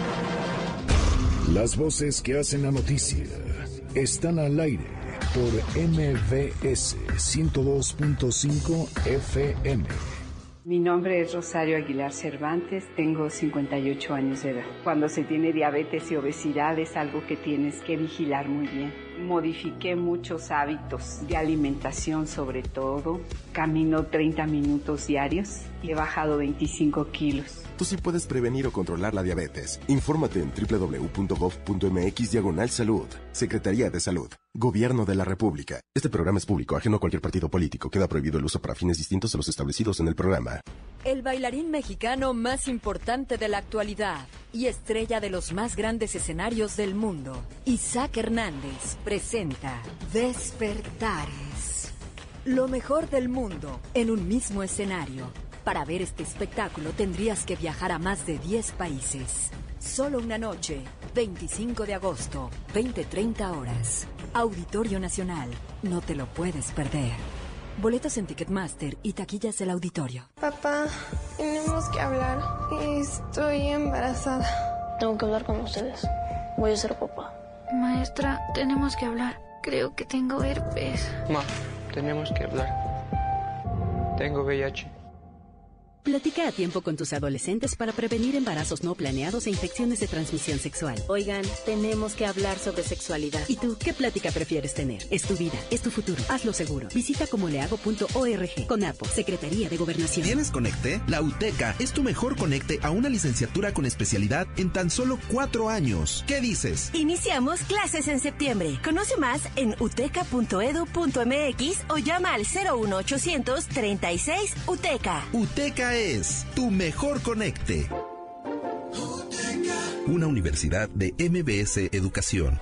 Speaker 1: Las voces que hacen la noticia están al aire por M B S ciento dos punto cinco F M.
Speaker 7: Mi nombre es Rosario Aguilar Cervantes, tengo cincuenta y ocho años de edad. Cuando se tiene diabetes y obesidad es algo que tienes que vigilar muy bien. Modifiqué muchos hábitos de alimentación sobre todo. Camino treinta minutos diarios y he bajado veinticinco kilos.
Speaker 16: Tú sí puedes prevenir o controlar la diabetes. Infórmate en doble u doble u doble u punto gov punto mx diagonal salud. Secretaría de Salud. Gobierno de la República. Este programa es público, ajeno a cualquier partido político. Queda prohibido el uso para fines distintos a los establecidos en el programa.
Speaker 17: El bailarín mexicano más importante de la actualidad y estrella de los más grandes escenarios del mundo, Isaac Hernández, presenta Despertares. Lo mejor del mundo en un mismo escenario. Para ver este espectáculo tendrías que viajar a más de diez países. Solo una noche, veinticinco de agosto, veinte treinta horas. Auditorio Nacional, no te lo puedes perder. Boletos en Ticketmaster y taquillas del auditorio.
Speaker 18: Papá, tenemos que hablar. Estoy embarazada.
Speaker 19: Tengo que hablar con ustedes. Voy a ser papá.
Speaker 20: Maestra, tenemos que hablar. Creo que tengo herpes.
Speaker 21: Ma, tenemos que hablar. Tengo V I H.
Speaker 22: Platica a tiempo con tus adolescentes para prevenir embarazos no planeados e infecciones de transmisión sexual.
Speaker 23: Oigan, tenemos que hablar sobre sexualidad.
Speaker 22: ¿Y tú qué plática prefieres tener? Es tu vida, es tu futuro. Hazlo seguro. Visita como le hago punto org. CONAPO, Secretaría de Gobernación.
Speaker 24: ¿Tienes Conecte? La UTECA es tu mejor conecte a una licenciatura con especialidad en tan solo cuatro años. ¿Qué dices?
Speaker 25: Iniciamos clases en septiembre. Conoce más en uteca punto edu punto mx o llama al cero uno ochocientos treinta y seis UTECA.
Speaker 24: UTECA es tu mejor conecte. Una universidad de M B S Educación.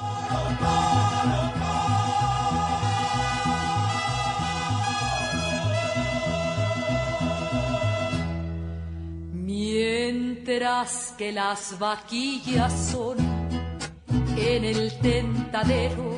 Speaker 26: Mientras que las vaquillas son en el tentadero,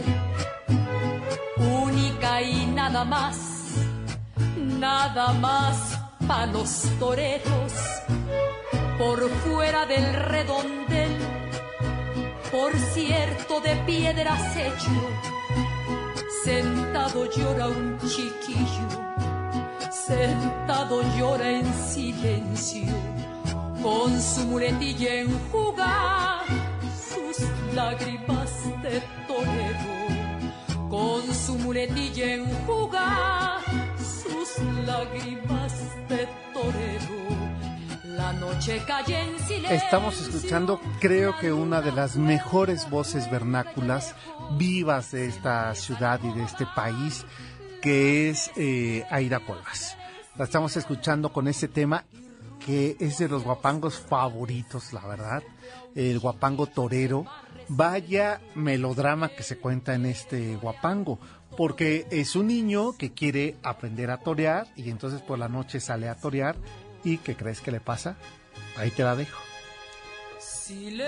Speaker 26: única y nada más, nada más pa' los toreros, por fuera del redondel, por cierto de piedras hecho, sentado llora un chiquillo, sentado llora en silencio, con su muletilla enjuga sus lágrimas de torero, con su muletilla enjuga sus lágrimas de torero. La noche cae en silencio.
Speaker 3: Estamos escuchando, creo que una de las mejores voces vernáculas vivas de esta ciudad y de este país, que es eh, Aida Cuevas. La estamos escuchando con este tema que es de los guapangos favoritos, la verdad. El guapango torero. Vaya melodrama que se cuenta en este guapango, porque es un niño que quiere aprender a torear y entonces por la noche sale a torear. ¿Y qué crees que le pasa? Ahí te la dejo.
Speaker 26: Silencio.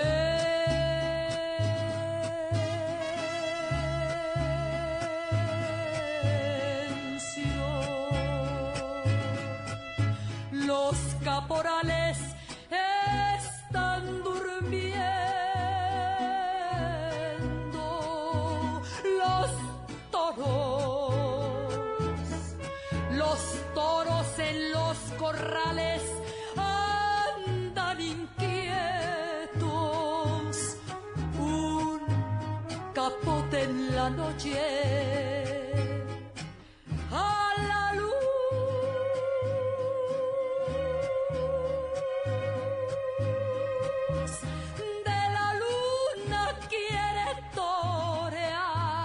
Speaker 26: Los caporales están durmiendo. capote en la noche, a la luz de la luna quiere torear.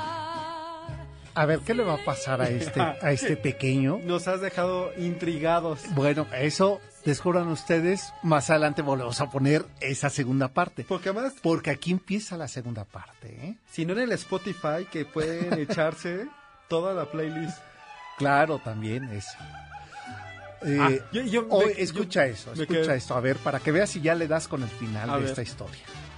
Speaker 3: A ver, ¿qué le va a pasar a este, a este pequeño?
Speaker 5: Nos has dejado intrigados.
Speaker 3: Bueno, eso descubran ustedes. Más adelante volvemos a poner esa segunda parte.
Speaker 5: Porque además,
Speaker 3: Porque aquí empieza la segunda parte, ¿eh?
Speaker 5: si no en el Spotify, que pueden echarse toda la playlist.
Speaker 3: Claro, también eso. Eh,
Speaker 5: Ah, yo- yo-
Speaker 3: hoy-
Speaker 5: me-
Speaker 3: escucha
Speaker 5: yo-
Speaker 3: eso,
Speaker 5: me
Speaker 3: escucha
Speaker 5: quedé-
Speaker 3: esto. A ver, para que veas si ya le das con el final
Speaker 5: A
Speaker 3: de
Speaker 5: ver.
Speaker 3: esta historia.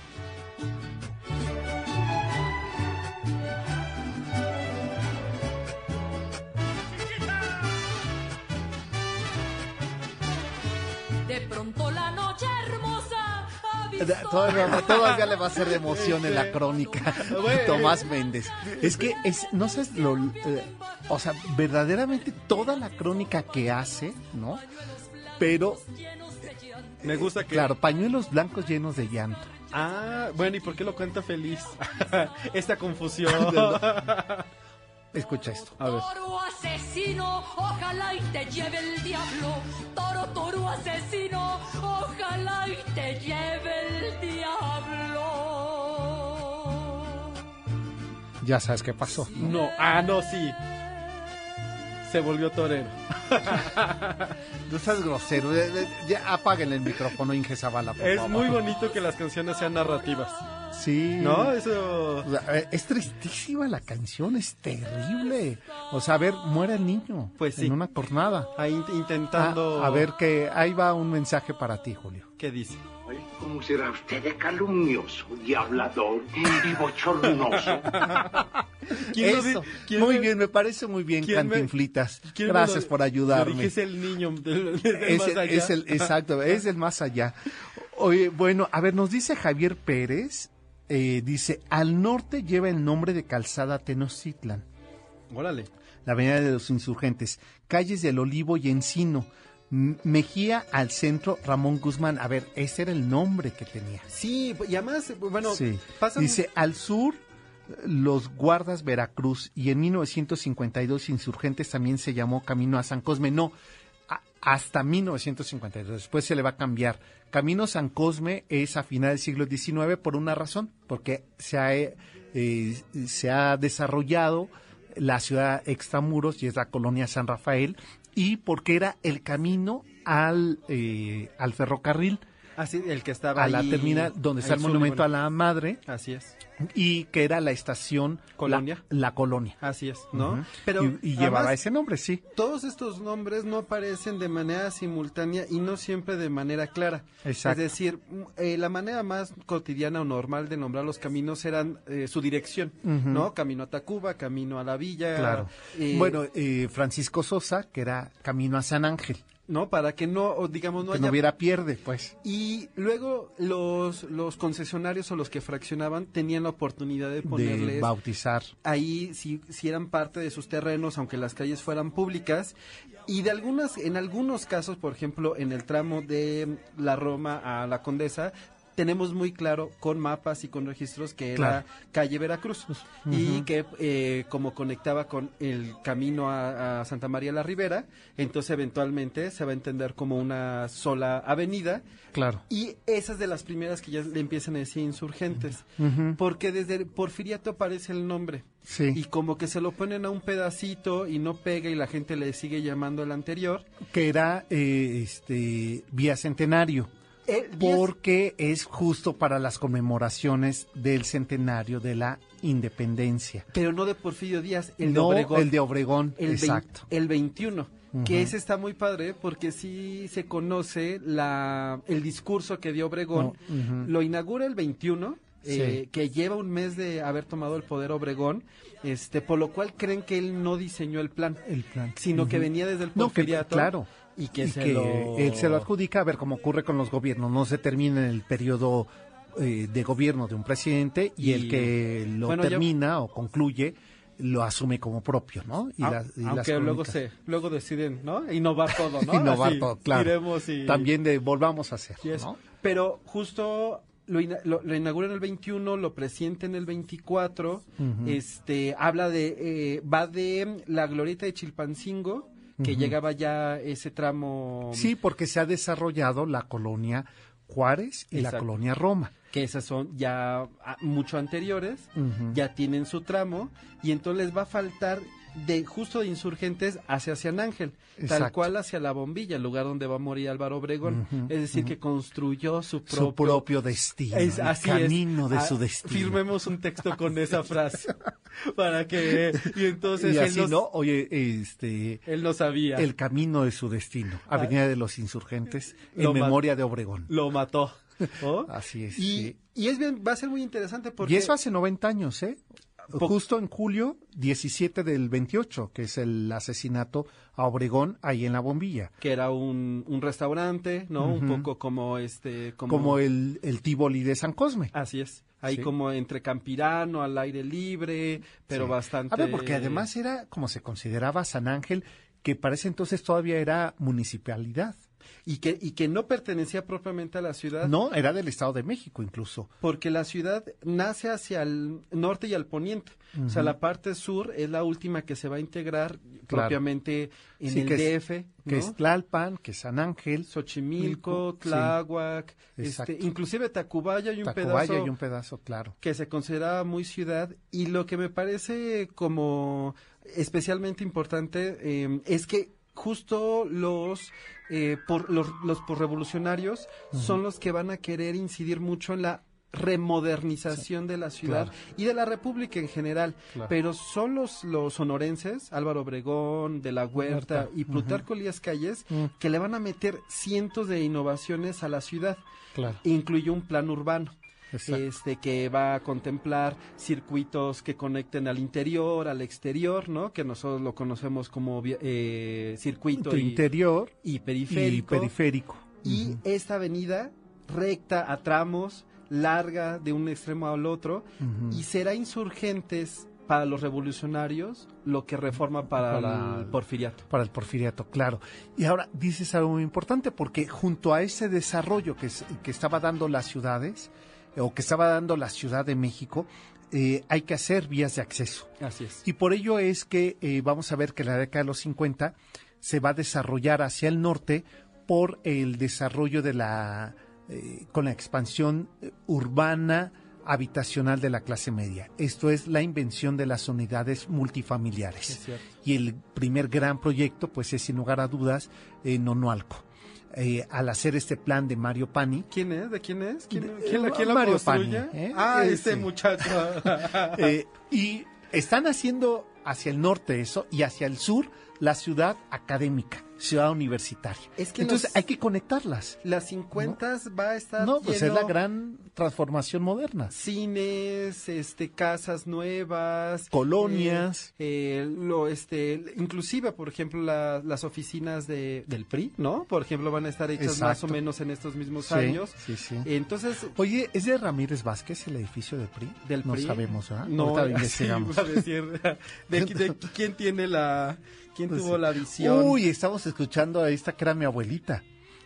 Speaker 26: De pronto la noche hermosa ha visto
Speaker 3: Todavía, todavía le va a hacer de emoción en la crónica Tomás Méndez. Es que es, no sabes lo, eh, o sea, verdaderamente toda la crónica que hace, ¿no? Pero
Speaker 5: Me gusta que...
Speaker 3: claro, pañuelos blancos llenos de llanto.
Speaker 5: Ah, bueno, ¿y por qué lo cuenta feliz? Esta confusión.
Speaker 3: Escucha esto.
Speaker 5: A ver.
Speaker 26: Toro asesino, ojalá y te lleve el diablo. Toro, toro asesino, ojalá y te lleve el diablo.
Speaker 3: Ya sabes qué pasó.
Speaker 5: No, ah, no, sí. Se volvió torero.
Speaker 3: No seas grosero. eh, eh, Ya apaguen el micrófono, Inge Zavala, por
Speaker 5: Es
Speaker 3: favor.
Speaker 5: muy bonito que las canciones sean narrativas.
Speaker 3: Sí.
Speaker 5: ¿No? Eso...
Speaker 3: O sea, eh, es tristísima la canción, es terrible. O sea, a ver, muere el niño.
Speaker 5: Pues sí.
Speaker 3: En una cornada.
Speaker 5: Ahí int- intentando...
Speaker 3: Ah, a ver, que ahí va un mensaje para ti, Julio.
Speaker 5: ¿Qué dice?
Speaker 2: Ay, ¿cómo será usted de calumnioso y hablador y bochornoso?
Speaker 5: ¿Quién lo di-
Speaker 3: Eso,
Speaker 5: quién
Speaker 3: muy
Speaker 5: me-
Speaker 3: bien, me parece muy bien,
Speaker 5: quién me-
Speaker 3: Cantinflitas.
Speaker 5: ¿Quién me
Speaker 3: Gracias
Speaker 5: lo-
Speaker 3: por
Speaker 5: lo
Speaker 3: ayudarme.
Speaker 5: dije, es el niño del, del
Speaker 3: Es
Speaker 5: más
Speaker 3: el-
Speaker 5: allá.
Speaker 3: es el- exacto, es el más allá. Oye, bueno, a ver, nos dice Javier Pérez, eh, dice, al norte lleva el nombre de Calzada Tenochtitlan,
Speaker 5: Órale.
Speaker 3: la avenida de los Insurgentes, calles del Olivo y Encino, M- Mejía al centro, Ramón Guzmán. A ver, ese era el nombre que tenía.
Speaker 5: Sí, y además, bueno,
Speaker 3: Sí.
Speaker 5: pasan...
Speaker 3: Dice, al sur, los Guardas Veracruz, y en mil novecientos cincuenta y dos Insurgentes también se llamó Camino a San Cosme. No, a- hasta mil novecientos cincuenta y dos, después se le va a cambiar. Camino San Cosme es a final del siglo diecinueve por una razón, porque se ha, eh, eh, se ha desarrollado la ciudad extramuros y es la colonia San Rafael, y porque era el camino al, eh, al ferrocarril,
Speaker 5: Así, el que estaba
Speaker 3: a la
Speaker 5: ahí,
Speaker 3: terminal donde está
Speaker 5: ahí
Speaker 3: el
Speaker 5: sur,
Speaker 3: monumento a
Speaker 5: bueno.
Speaker 3: la madre,
Speaker 5: Así es.
Speaker 3: y que era la estación
Speaker 5: Colonia.
Speaker 3: La, la colonia.
Speaker 5: Así es, ¿no?
Speaker 3: Ujú.
Speaker 5: Pero
Speaker 3: y, y llevaba
Speaker 5: además,
Speaker 3: ese nombre, sí.
Speaker 5: todos estos nombres no aparecen de manera simultánea y no siempre de manera clara.
Speaker 3: Exacto.
Speaker 5: Es decir, mm, eh, la manera más cotidiana o normal de nombrar los caminos eran eh, su dirección,
Speaker 3: Ujú.
Speaker 5: ¿no? Camino a Tacuba, camino a la villa.
Speaker 3: Claro.
Speaker 5: eh,
Speaker 3: Bueno, eh, Francisco Sosa, que era camino a San Ángel,
Speaker 5: ¿no? Para que no, o digamos, no
Speaker 3: que
Speaker 5: haya...
Speaker 3: no hubiera pierde, pues.
Speaker 5: Y luego los, los concesionarios o los que fraccionaban tenían la oportunidad de ponerles...
Speaker 3: De bautizar.
Speaker 5: ahí si, si eran parte de sus terrenos, aunque las calles fueran públicas, y de algunas, en algunos casos, por ejemplo, en el tramo de la Roma a la Condesa, tenemos muy claro con mapas y con registros que era
Speaker 3: Claro.
Speaker 5: calle Veracruz y
Speaker 3: Ujú.
Speaker 5: que eh, como conectaba con el camino a, a Santa María la Ribera, entonces eventualmente se va a entender como una sola avenida.
Speaker 3: Claro.
Speaker 5: Y esas de las primeras que ya le empiezan a decir insurgentes,
Speaker 3: Ujú.
Speaker 5: porque desde Porfiriato aparece el nombre.
Speaker 3: Sí.
Speaker 5: Y como que se lo ponen a un pedacito y no pega y la gente le sigue llamando al anterior.
Speaker 3: Que era eh, este Bicentenario.
Speaker 5: El Vías-
Speaker 3: Porque es justo para las conmemoraciones del centenario de la independencia.
Speaker 5: Pero no de Porfirio Díaz, el
Speaker 3: No,
Speaker 5: de Obregón.
Speaker 3: el de Obregón,
Speaker 5: El vein-
Speaker 3: exacto.
Speaker 5: el veintiuno.
Speaker 3: Ujú.
Speaker 5: Que ese está muy padre porque sí se conoce la el discurso que dio Obregón.
Speaker 3: No, ujú.
Speaker 5: Lo inaugura el veintiuno, eh,
Speaker 3: Sí.
Speaker 5: que lleva un mes de haber tomado el poder Obregón, este, por lo cual creen que él no diseñó el plan,
Speaker 3: El plan.
Speaker 5: sino que
Speaker 3: Ujú.
Speaker 5: venía desde el
Speaker 3: No, que,
Speaker 5: Porfiriato.
Speaker 3: claro.
Speaker 5: Y que,
Speaker 3: y
Speaker 5: se
Speaker 3: que
Speaker 5: lo...
Speaker 3: él se lo adjudica, a ver, como ocurre con los gobiernos, no se termina en el periodo eh, de gobierno de un presidente y,
Speaker 5: Y-
Speaker 3: el que lo
Speaker 5: bueno, yo-
Speaker 3: termina o concluye lo asume como propio, ¿no? Y
Speaker 5: Au-
Speaker 3: las- y las
Speaker 5: aunque luego
Speaker 3: crónicas.
Speaker 5: se luego deciden, ¿no? Innovar todo, ¿no?
Speaker 3: Innovar
Speaker 5: Así,
Speaker 3: todo, claro.
Speaker 5: iremos y-
Speaker 3: También de volvamos a hacer,
Speaker 5: y eso.
Speaker 3: ¿no?
Speaker 5: Pero justo lo, ina- lo, lo inaugura en el veintiuno, lo presiente en el veinticuatro,
Speaker 3: Ujú.
Speaker 5: este, habla de, eh, va de la glorieta de Chilpancingo, que
Speaker 3: Ujú.
Speaker 5: llegaba ya ese tramo.
Speaker 3: Sí, porque se ha desarrollado la colonia Juárez y
Speaker 5: Exacto.
Speaker 3: la colonia Roma.
Speaker 5: Que esas son ya ah, mucho anteriores,
Speaker 3: Ujú.
Speaker 5: ya tienen su tramo, y entonces les va a faltar de justo de Insurgentes hacia San Ángel, tal
Speaker 3: Exacto.
Speaker 5: cual hacia La Bombilla, el lugar donde va a morir Álvaro Obregón.
Speaker 3: Ujú,
Speaker 5: Es decir,
Speaker 3: ujú.
Speaker 5: que construyó su propio,
Speaker 3: Su propio destino,
Speaker 5: Es-
Speaker 3: el
Speaker 5: así
Speaker 3: camino
Speaker 5: es.
Speaker 3: de
Speaker 5: Ah,
Speaker 3: su destino.
Speaker 5: Firmemos un texto con esa frase para que y entonces
Speaker 3: y
Speaker 5: él
Speaker 3: así,
Speaker 5: nos-
Speaker 3: ¿no? Oye, este...
Speaker 5: Él no sabía.
Speaker 3: El camino de su destino. Avenida de los Insurgentes, en
Speaker 5: Lo ma-
Speaker 3: memoria de Obregón.
Speaker 5: Lo mató. ¿Oh?
Speaker 3: Así es.
Speaker 5: Y,
Speaker 3: sí.
Speaker 5: y es bien, va a ser muy interesante porque
Speaker 3: Y eso hace noventa años, ¿eh?
Speaker 5: Po-
Speaker 3: Justo en julio diecisiete del veintiocho, que es el asesinato a Obregón ahí en La Bombilla.
Speaker 5: que era un, un restaurante, ¿no? Un
Speaker 3: Ujú.
Speaker 5: poco como este como,
Speaker 3: Como el, el Tívoli de San Cosme.
Speaker 5: Así es. Ahí
Speaker 3: Sí.
Speaker 5: como entre campirano, al aire libre, pero
Speaker 3: Sí.
Speaker 5: bastante...
Speaker 3: A ver, porque además era como se consideraba San Ángel, que para ese entonces todavía era municipalidad.
Speaker 5: Y que, y que no pertenecía propiamente a la ciudad.
Speaker 3: No, era del Estado de México incluso.
Speaker 5: Porque la ciudad nace hacia el norte y al poniente. O sea,
Speaker 3: Ujú.
Speaker 5: la parte sur es la última que se va a integrar
Speaker 3: Claro.
Speaker 5: propiamente en
Speaker 3: Sí,
Speaker 5: el
Speaker 3: que es-
Speaker 5: D F,
Speaker 3: Que
Speaker 5: ¿no?
Speaker 3: es Tlalpan, que es San Ángel.
Speaker 5: Xochimilco,
Speaker 3: Sí.
Speaker 5: Tláhuac,
Speaker 3: Exacto.
Speaker 5: este, inclusive Tacubaya y un
Speaker 3: Tacubaya
Speaker 5: pedazo
Speaker 3: y un pedazo, claro.
Speaker 5: que se consideraba muy ciudad, y lo que me parece como especialmente importante eh, es que justo los eh, por los, los posrevolucionarios
Speaker 3: Ujú.
Speaker 5: son los que van a querer incidir mucho en la remodernización de la ciudad
Speaker 3: claro.
Speaker 5: y de la república en general,
Speaker 3: Claro.
Speaker 5: pero son los, los sonorenses, Álvaro Obregón, de la Huerta
Speaker 3: Huerta,
Speaker 5: y Plutarco Elías Calles,
Speaker 3: Mm.
Speaker 5: que le van a meter cientos de innovaciones a la ciudad.
Speaker 3: Claro.
Speaker 5: Incluye un plan urbano.
Speaker 3: Exacto.
Speaker 5: Este que va a contemplar circuitos que conecten al interior, al exterior, ¿no? Que nosotros lo conocemos como vi- eh, circuito
Speaker 3: Tu
Speaker 5: y,
Speaker 3: interior
Speaker 5: y periférico.
Speaker 3: y periférico.
Speaker 5: Y
Speaker 3: Ujú.
Speaker 5: esta avenida recta a tramos, larga de un extremo al otro,
Speaker 3: Ujú.
Speaker 5: y será Insurgentes para los revolucionarios lo que Reforma para,
Speaker 3: Para-
Speaker 5: el porfiriato.
Speaker 3: Para el porfiriato, claro. Y ahora dices algo muy importante, porque junto a ese desarrollo que, es- que estaba dando las ciudades, eh, o que estaba dando la Ciudad de México, eh, hay que hacer vías de acceso.
Speaker 5: Así es.
Speaker 3: Y por ello es que eh, vamos a ver que en la década de los cincuenta se va a desarrollar hacia el norte por el desarrollo de la, eh, con la expansión eh, urbana habitacional de la clase media. Esto es la invención de las unidades multifamiliares.
Speaker 5: Es cierto.
Speaker 3: Y el primer gran proyecto, pues es sin lugar a dudas, eh, Nonualco. Eh, al hacer este plan de Mario Pani.
Speaker 5: ¿Quién es? ¿De quién es? ¿Quién,
Speaker 3: De-
Speaker 5: quién, la- quién lo
Speaker 3: Mario
Speaker 5: construye?
Speaker 3: Pani, ¿eh?
Speaker 5: Ah,
Speaker 3: Ese.
Speaker 5: este muchacho.
Speaker 3: Eh, y están haciendo hacia el norte eso y hacia el sur la ciudad académica, ciudad universitaria.
Speaker 5: Es que
Speaker 3: Entonces
Speaker 5: los-
Speaker 3: hay que conectarlas.
Speaker 5: Las cincuenta va a estar
Speaker 3: No, pues
Speaker 5: lleno
Speaker 3: es la gran transformación moderna.
Speaker 5: cines, este, casas nuevas,
Speaker 3: Colonias.
Speaker 5: eh, eh, lo, este, inclusive, por ejemplo, la- las oficinas de, del P R I, ¿no? Por ejemplo, van a estar hechas más o
Speaker 3: Exacto.
Speaker 5: menos en estos mismos
Speaker 3: Sí,
Speaker 5: años.
Speaker 3: sí, sí.
Speaker 5: Entonces,
Speaker 3: Oye, ¿es de Ramírez Vázquez el edificio del P R I?
Speaker 5: del
Speaker 3: no
Speaker 5: P R I,
Speaker 3: sabemos, ¿verdad?
Speaker 5: No,
Speaker 3: Ahorita
Speaker 5: sí,
Speaker 3: investigamos.
Speaker 5: iba a decir, de, de quién tiene la, quién
Speaker 3: Pues
Speaker 5: tuvo
Speaker 3: sí.
Speaker 5: la visión.
Speaker 3: Uy, estamos escuchando a esta que era mi abuelita,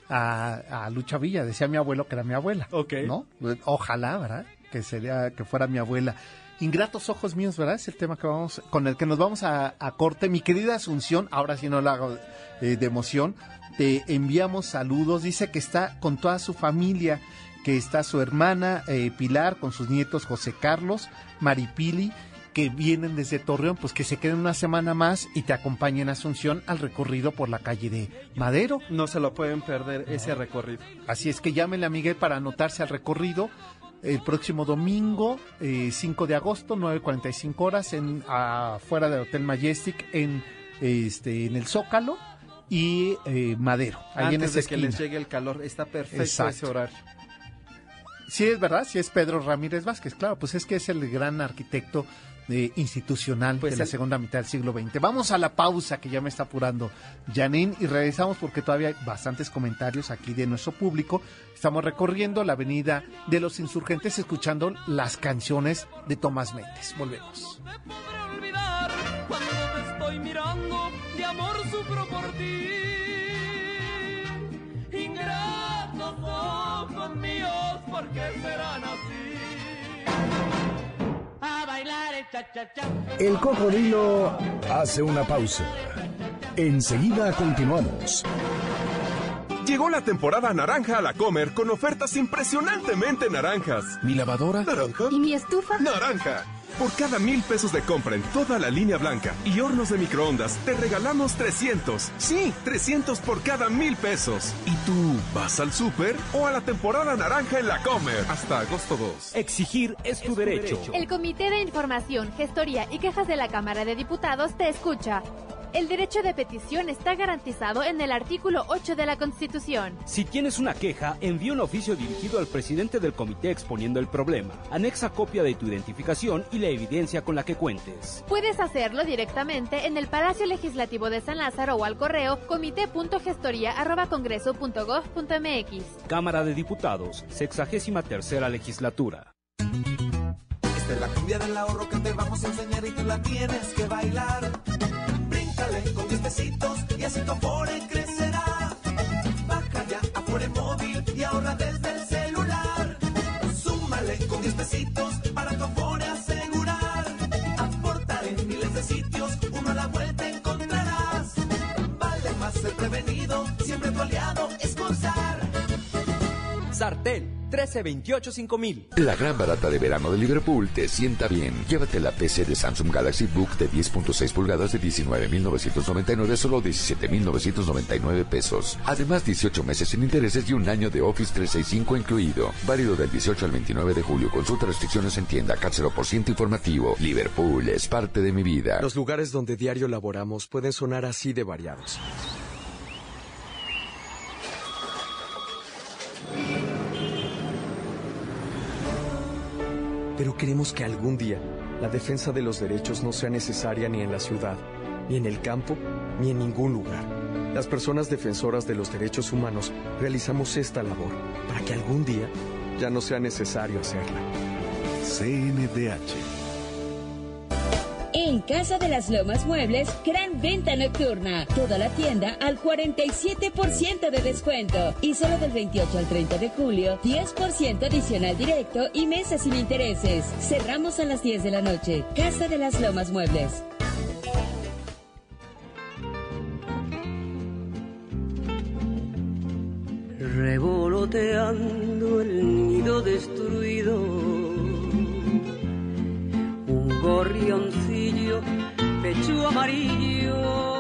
Speaker 3: a, a Lucha Villa. Decía mi abuelo que era mi abuela.
Speaker 5: Ok.
Speaker 3: ¿No? Ojalá, ¿verdad? Que sería, que fuera mi abuela. Ingratos ojos míos, ¿verdad? Es el tema que vamos, con el que nos vamos a, a corte. Mi querida Asunción, ahora sí no la hago eh, de emoción, te enviamos saludos. Dice que está con toda su familia, que está su hermana eh, Pilar, con sus nietos José Carlos, Maripili, que vienen desde Torreón, pues que se queden una semana más y te acompañen a Asunción al recorrido por la calle de Madero.
Speaker 5: No se lo pueden perder ese recorrido.
Speaker 3: Así es que llámenle a Miguel para anotarse al recorrido el próximo domingo, eh, cinco de agosto, nueve cuarenta y cinco horas, en afuera del Hotel Majestic, en este en el Zócalo y eh, Madero, ahí en
Speaker 5: Antes
Speaker 3: esa
Speaker 5: de que
Speaker 3: esquina.
Speaker 5: les llegue el calor, está perfecto
Speaker 3: Exacto.
Speaker 5: ese horario.
Speaker 3: Sí, es verdad, sí es Pedro Ramírez Vázquez, claro, pues es que es el gran arquitecto eh, institucional
Speaker 5: Pues
Speaker 3: de la
Speaker 5: el-
Speaker 3: segunda mitad del siglo veinte. Vamos a la pausa que ya me está apurando Janine y regresamos porque todavía hay bastantes comentarios aquí de nuestro público. Estamos recorriendo la avenida de los Insurgentes escuchando las canciones de Tomás Méndez. Volvemos.
Speaker 26: olvidar cuando te estoy mirando, de amor sufro por ti. Ingrato
Speaker 4: los ojos míos, ¿por qué serán así? A bailar el cha-cha-cha.
Speaker 1: El cocodrilo hace una pausa. Enseguida continuamos.
Speaker 6: Llegó la temporada naranja a la Comer con ofertas impresionantemente naranjas.
Speaker 1: ¿Mi lavadora?
Speaker 6: ¿Naranja?
Speaker 23: ¿Y mi estufa?
Speaker 6: ¡Naranja! Por cada mil pesos de compra en toda la línea blanca y hornos de microondas, te regalamos trescientos. Sí, trescientos por cada mil pesos. ¿Y tú vas al súper o a la temporada naranja en la Comer? Hasta agosto dos.
Speaker 8: Exigir es tu derecho.
Speaker 9: El Comité de Información, Gestoría y Quejas de la Cámara de Diputados te escucha. El derecho de petición está garantizado en el artículo ocho de la Constitución.
Speaker 8: Si tienes una queja, envía un oficio dirigido al presidente del comité exponiendo el problema. Anexa copia de tu identificación y la evidencia con la que cuentes.
Speaker 9: Puedes hacerlo directamente en el Palacio Legislativo de San Lázaro o al correo comité punto gestoría arroba congreso punto gob punto mx.
Speaker 8: Cámara de Diputados, sexagésima tercera legislatura.
Speaker 10: Esta es la cumbia del ahorro que te vamos a enseñar y tú la tienes que bailar. Con diez pesitos y así tu Afore crecerá. Baja ya Afore móvil y ahorra desde el celular. Súmale con diez pesitos para tu Afore asegurar. Aportar en miles de sitios, uno a la vuelta encontrarás. Vale más ser prevenido, siempre tu aliado es Corsar.
Speaker 11: Sartén trece veintiocho cinco mil.
Speaker 27: La gran barata de verano de Liverpool te sienta bien. Llévate la P C de Samsung Galaxy Book de diez punto seis pulgadas de diecinueve mil novecientos noventa y nueve, solo diecisiete mil novecientos noventa y nueve pesos. Además, dieciocho meses sin intereses y un año de Office trescientos sesenta y cinco incluido. Válido del dieciocho al veintinueve de julio. Consulta restricciones en tienda. C A T cero por ciento informativo. Liverpool es parte de mi vida.
Speaker 28: Los lugares donde diario laboramos pueden sonar así de variados. Pero queremos que algún día la defensa de los derechos no sea necesaria ni en la ciudad, ni en el campo, ni en ningún lugar. Las personas defensoras de los derechos humanos realizamos esta labor para que algún día ya no sea necesario hacerla.
Speaker 1: C N D H.
Speaker 29: En Casa de las Lomas Muebles, gran venta nocturna. Toda la tienda al cuarenta y siete por ciento de descuento. Y solo del veintiocho al treinta de julio, diez por ciento adicional directo y meses sin intereses. Cerramos a las diez de la noche. Casa de las Lomas Muebles.
Speaker 30: Revoloteando el nido destruido, un gorrioncillo pecho amarillo,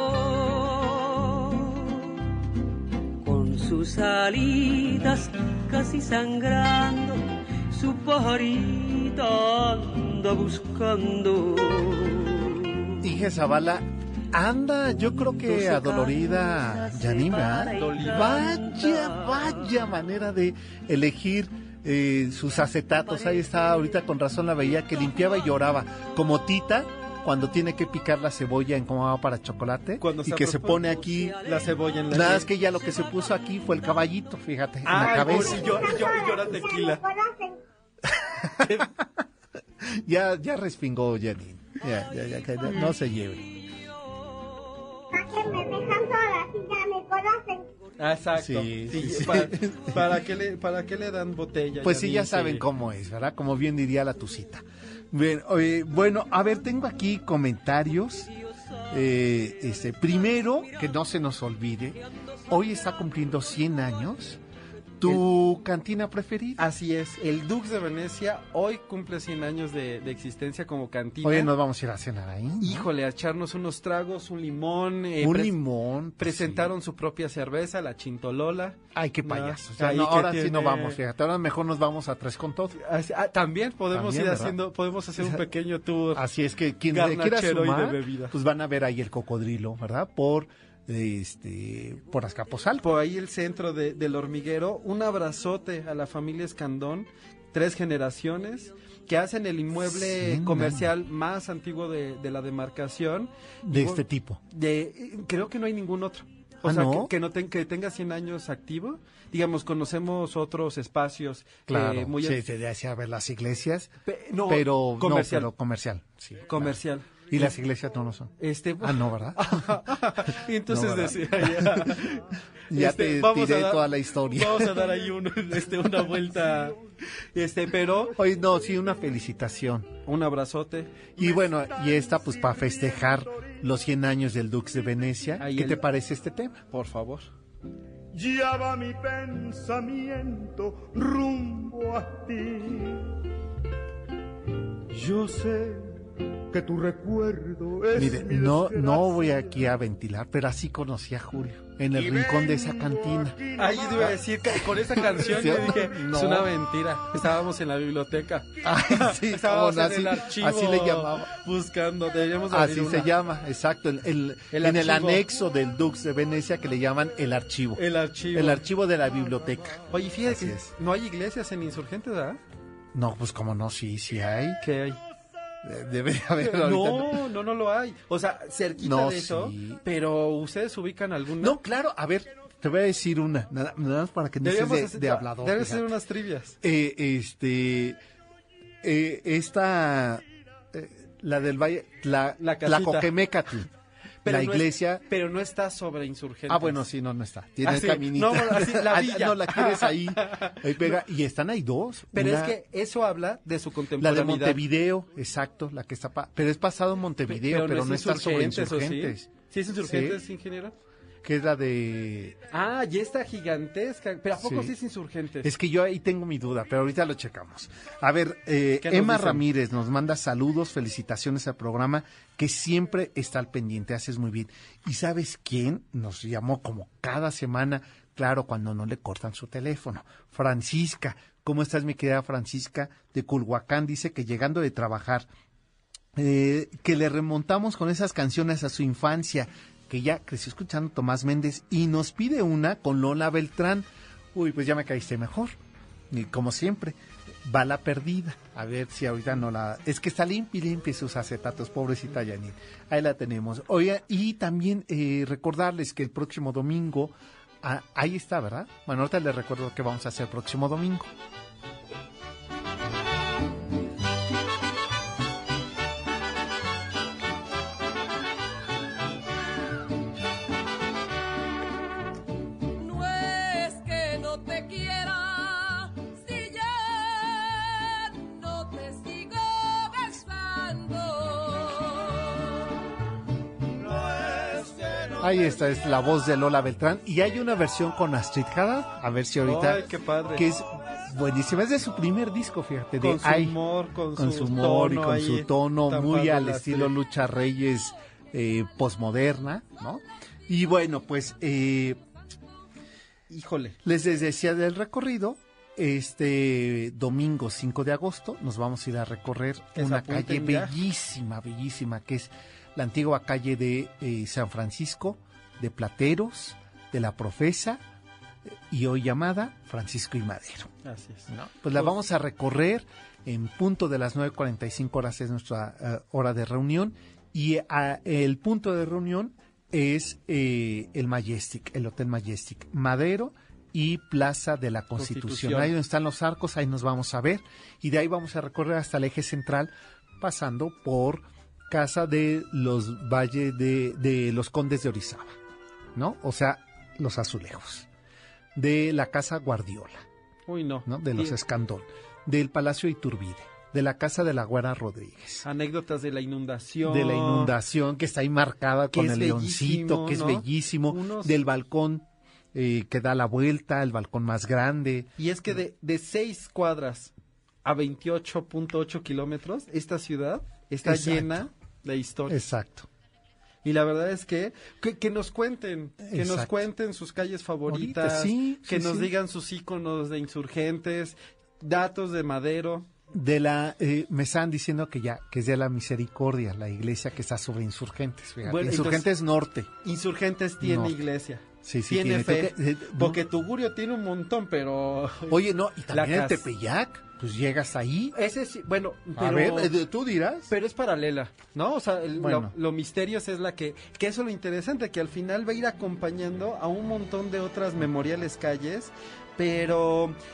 Speaker 30: con sus alitas casi sangrando, su pajarita anda buscando.
Speaker 3: Hija Zavala, anda, yo creo que adolorida Yanina. Vaya, vaya manera de elegir eh, sus acetatos. Ahí está, ahorita con razón la veía que limpiaba y lloraba. Como Tita, cuando tiene que picar la cebolla en cómo va para chocolate.
Speaker 5: Cuando
Speaker 3: y que se pone aquí
Speaker 5: la cebolla en la
Speaker 3: nada, es que ya lo que se puso aquí fue el caballito, fíjate, ah, en la cabeza.
Speaker 5: Y yo, y yo, y llora tequila.
Speaker 3: ya, ya respingó Janine. Ya, ya, ya, ya, no se lleve.
Speaker 31: Que me dejan sola, si ya me conocen.
Speaker 5: Ah, exacto.
Speaker 3: Sí, sí,
Speaker 5: sí,
Speaker 3: sí.
Speaker 5: Para, para, qué le, ¿Para qué le dan botella?
Speaker 3: Pues
Speaker 5: ya
Speaker 3: sí, ya
Speaker 5: dice.
Speaker 3: saben cómo es, ¿verdad? Como bien diría la Tucita. Bien, eh, bueno, a ver, tengo aquí comentarios. Eh, este, primero, que no se nos olvide, hoy está cumpliendo cien años tu el, cantina preferida.
Speaker 5: Así es, el Dux de Venecia hoy cumple cien años de, de existencia como cantina.
Speaker 3: Hoy nos vamos a ir a cenar ahí, ¿no?
Speaker 5: Híjole, a echarnos unos tragos, un limón.
Speaker 3: Eh, un pre- limón.
Speaker 5: Presentaron
Speaker 3: sí.
Speaker 5: su propia cerveza, la Chintolola.
Speaker 3: Ay, qué payasos. No, no, ahora tiene... sí no vamos, fíjate, ahora mejor nos vamos a Tres con Todo.
Speaker 5: Ah, también podemos
Speaker 3: también,
Speaker 5: ir
Speaker 3: ¿verdad?
Speaker 5: haciendo, podemos hacer un pequeño tour.
Speaker 3: Así es que quien quiera sumar, pues van a ver ahí el cocodrilo, ¿verdad? Por... este por Azcapotzalco.
Speaker 5: Por ahí el centro de, del hormiguero. Un abrazote a la familia Escandón, tres generaciones que hacen el inmueble sí, comercial no. más antiguo de, de la demarcación.
Speaker 3: De
Speaker 5: y,
Speaker 3: este tipo.
Speaker 5: De, creo que no hay ningún otro. O
Speaker 3: ¿Ah,
Speaker 5: sea,
Speaker 3: no?
Speaker 5: que, que, no ten, que tenga cien años activo. Digamos, conocemos otros espacios.
Speaker 3: Claro,
Speaker 5: eh, muy
Speaker 3: sí, te decía ver las iglesias,
Speaker 5: Pe, no,
Speaker 3: pero
Speaker 5: comercial.
Speaker 3: No, pero comercial. Sí,
Speaker 5: comercial.
Speaker 3: Claro. Y las iglesias no lo son.
Speaker 5: Este,
Speaker 3: ah, no, ¿verdad?
Speaker 5: y entonces
Speaker 3: no, ¿verdad?
Speaker 5: decía ya.
Speaker 3: Ya
Speaker 5: Este,
Speaker 3: te
Speaker 5: vamos
Speaker 3: tiré
Speaker 5: a dar-
Speaker 3: toda la historia.
Speaker 5: Vamos a dar ahí un, este, una vuelta, este, pero
Speaker 3: Oye, no, sí, una felicitación.
Speaker 5: un abrazote.
Speaker 3: Y bueno, y esta pues para festejar los cien años del Dux de Venecia.
Speaker 5: Ahí
Speaker 3: ¿Qué
Speaker 5: el-
Speaker 3: te parece este tema?
Speaker 5: Por favor.
Speaker 4: Ya va mi pensamiento rumbo a ti. Yo sé que tu recuerdo es
Speaker 3: Mire,
Speaker 4: mi
Speaker 3: no,
Speaker 4: desgracia.
Speaker 3: no voy aquí a ventilar, pero así conocí a Julio, en el rincón de esa cantina.
Speaker 5: Ahí te iba a decir que con esa canción
Speaker 3: ¿Sí
Speaker 5: yo
Speaker 3: o no?
Speaker 5: dije,
Speaker 3: No.
Speaker 5: es una mentira. Estábamos en la biblioteca.
Speaker 3: Ay, sí,
Speaker 5: Estábamos
Speaker 3: cómo no,
Speaker 5: en el
Speaker 3: así-
Speaker 5: archivo
Speaker 3: así le llamaba.
Speaker 5: buscando. Deberíamos
Speaker 3: Así
Speaker 5: abrir
Speaker 3: se
Speaker 5: una.
Speaker 3: llama, exacto, el, el-
Speaker 5: El
Speaker 3: en el
Speaker 5: archivo.
Speaker 3: anexo del Dux de Venecia que le llaman el archivo.
Speaker 5: El archivo.
Speaker 3: El archivo de la biblioteca.
Speaker 5: Oye, fíjate
Speaker 3: Así
Speaker 5: que
Speaker 3: es.
Speaker 5: no hay iglesias en Insurgentes, ¿verdad?
Speaker 3: No, pues como no, sí, sí hay.
Speaker 5: ¿Qué hay?
Speaker 3: De- Debe haber ahorita.
Speaker 5: No, no, no lo hay. O sea, cerquita
Speaker 3: No,
Speaker 5: de eso,
Speaker 3: sí.
Speaker 5: pero ¿ustedes ubican alguna?
Speaker 3: No, claro, a ver, te voy a decir una, nada, nada más para que no estés
Speaker 5: Deberíamos
Speaker 3: de,
Speaker 5: hacer-
Speaker 3: de hablador.
Speaker 5: Debe
Speaker 3: fíjate.
Speaker 5: ser unas trivias.
Speaker 3: Eh, este, eh, esta, eh, la del Valle, la,
Speaker 5: La
Speaker 3: la,
Speaker 5: casita.
Speaker 3: Coquemecatl,
Speaker 5: Pero
Speaker 3: la
Speaker 5: no es-
Speaker 3: iglesia.
Speaker 5: pero no está sobre Insurgentes.
Speaker 3: Ah, bueno, sí, no, no está. Tiene
Speaker 5: Ah,
Speaker 3: el
Speaker 5: sí.
Speaker 3: caminito.
Speaker 5: No, así, la
Speaker 3: Ah,
Speaker 5: villa.
Speaker 3: no, la quieres ahí. Ahí pega. Y están ahí dos.
Speaker 5: Pero
Speaker 3: una-
Speaker 5: es que eso habla de su
Speaker 3: La
Speaker 5: contemporaneidad.
Speaker 3: de Montevideo, exacto, la que está. pa- pero es pasado en Montevideo, pero, no,
Speaker 5: es
Speaker 3: está sobre
Speaker 5: Insurgentes, ¿o sí?
Speaker 3: Insurgentes.
Speaker 5: ¿Sí es Insurgentes,
Speaker 3: Sí,
Speaker 5: ingeniero?
Speaker 3: que es la de.
Speaker 5: Ah, ya está gigantesca. Pero ¿a poco
Speaker 3: Sí.
Speaker 5: sí es Insurgentes?
Speaker 3: Es que yo ahí tengo mi duda, pero ahorita lo checamos. A ver, eh,
Speaker 5: ¿Qué nos
Speaker 3: Emma
Speaker 5: dicen?
Speaker 3: Ramírez nos manda saludos, felicitaciones al programa, que siempre está al pendiente, haces muy bien. ¿Y sabes quién nos llamó como cada semana? Claro, cuando no le cortan su teléfono. Francisca, ¿cómo estás, mi querida Francisca? De Culhuacán, dice que llegando de trabajar, eh, que le remontamos con esas canciones a su infancia, que ya creció escuchando Tomás Méndez, y nos pide una con Lola Beltrán. Uy, pues ya me caíste mejor. Y como siempre, Bala Perdida. A ver si ahorita no la... Es que está limpia y limpia sus acetatos, pobrecita Yanil. Ahí la tenemos. Oiga, y también eh, recordarles que el próximo domingo... ah, ahí está, ¿verdad? Bueno, ahorita les recuerdo que vamos a hacer el próximo domingo.
Speaker 26: No es que no te quiera, si ya no te sigo besando.
Speaker 3: Ahí está, es la voz de Lola Beltrán. Y hay una versión con Astrid Haddad. A ver si ahorita...
Speaker 5: Ay, qué padre.
Speaker 3: Que es buenísima. Es de su primer disco, fíjate. De
Speaker 5: Con su
Speaker 3: Ay,
Speaker 5: humor, con
Speaker 3: con
Speaker 5: su
Speaker 3: su humor y
Speaker 5: tono
Speaker 3: con
Speaker 5: ahí
Speaker 3: su tono
Speaker 5: tan
Speaker 3: muy
Speaker 5: padre
Speaker 3: al
Speaker 5: la
Speaker 3: estilo
Speaker 5: Astrid.
Speaker 3: Lucha Reyes eh, posmoderna, ¿no? Y bueno, pues... Eh,
Speaker 5: Híjole.
Speaker 3: les decía del recorrido. Este domingo cinco de agosto nos vamos a ir a recorrer
Speaker 5: Que se
Speaker 3: una
Speaker 5: apunten
Speaker 3: calle
Speaker 5: ya.
Speaker 3: bellísima, bellísima, que es la antigua calle de eh, San Francisco, de Plateros, de la Profesa, eh, y hoy llamada Francisco y Madero.
Speaker 5: Así es.
Speaker 3: ¿No? Pues la vamos a recorrer en punto de las nueve cuarenta y cinco horas, es nuestra eh, hora de reunión, y a- el punto de reunión es eh, el Majestic, el Hotel Majestic, Madero y Plaza de la Constitución.
Speaker 5: Constitución.
Speaker 3: Ahí donde están los arcos, ahí nos vamos a ver, y de ahí vamos a recorrer hasta el eje central, pasando por casa de los Valles de, de los Condes de Orizaba, ¿no? O sea, los azulejos, de la casa Guardiola,
Speaker 5: Uy, no.
Speaker 3: ¿no? De los
Speaker 5: Y
Speaker 3: Escandón, del Palacio Iturbide, de la casa de la Güera Rodríguez,
Speaker 5: anécdotas de la inundación.
Speaker 3: de la inundación que está ahí marcada
Speaker 5: Que
Speaker 3: con
Speaker 5: es
Speaker 3: el leoncito,
Speaker 5: bellísimo,
Speaker 3: que es
Speaker 5: ¿no?
Speaker 3: bellísimo,
Speaker 5: Unos-
Speaker 3: del balcón eh, que da la vuelta, el balcón más grande.
Speaker 5: Y es que de, de seis cuadras a veintiocho punto ocho kilómetros, esta ciudad está
Speaker 3: Exacto.
Speaker 5: llena de historia.
Speaker 3: Exacto.
Speaker 5: Y la verdad es que que, que nos cuenten, que nos
Speaker 3: Exacto.
Speaker 5: cuenten sus calles favoritas,
Speaker 3: Ahorita, sí,
Speaker 5: que
Speaker 3: sí,
Speaker 5: nos
Speaker 3: sí.
Speaker 5: digan sus íconos de insurgentes, datos de Madero.
Speaker 3: De la, eh, me estaban diciendo que ya, que es de la Misericordia, la iglesia que está sobre Insurgentes. Fíjate.
Speaker 5: Bueno,
Speaker 3: Insurgentes Norte.
Speaker 5: Insurgentes tiene
Speaker 3: No.
Speaker 5: iglesia.
Speaker 3: Sí, sí,
Speaker 5: tiene,
Speaker 3: tiene.
Speaker 5: fe.
Speaker 3: Tú que- eh,
Speaker 5: porque Tugurio tiene un montón, pero...
Speaker 3: Oye, no, y también
Speaker 5: La
Speaker 3: el
Speaker 5: cas-
Speaker 3: Tepeyac, pues llegas ahí.
Speaker 5: Ese sí, bueno, pero...
Speaker 3: A ver, eh, tú dirás.
Speaker 5: Pero es paralela, ¿no? O sea, el-
Speaker 3: Bueno.
Speaker 5: lo, lo misterioso es la que, que eso es lo interesante, que al final va a ir acompañando a un montón de otras memoriales calles, pero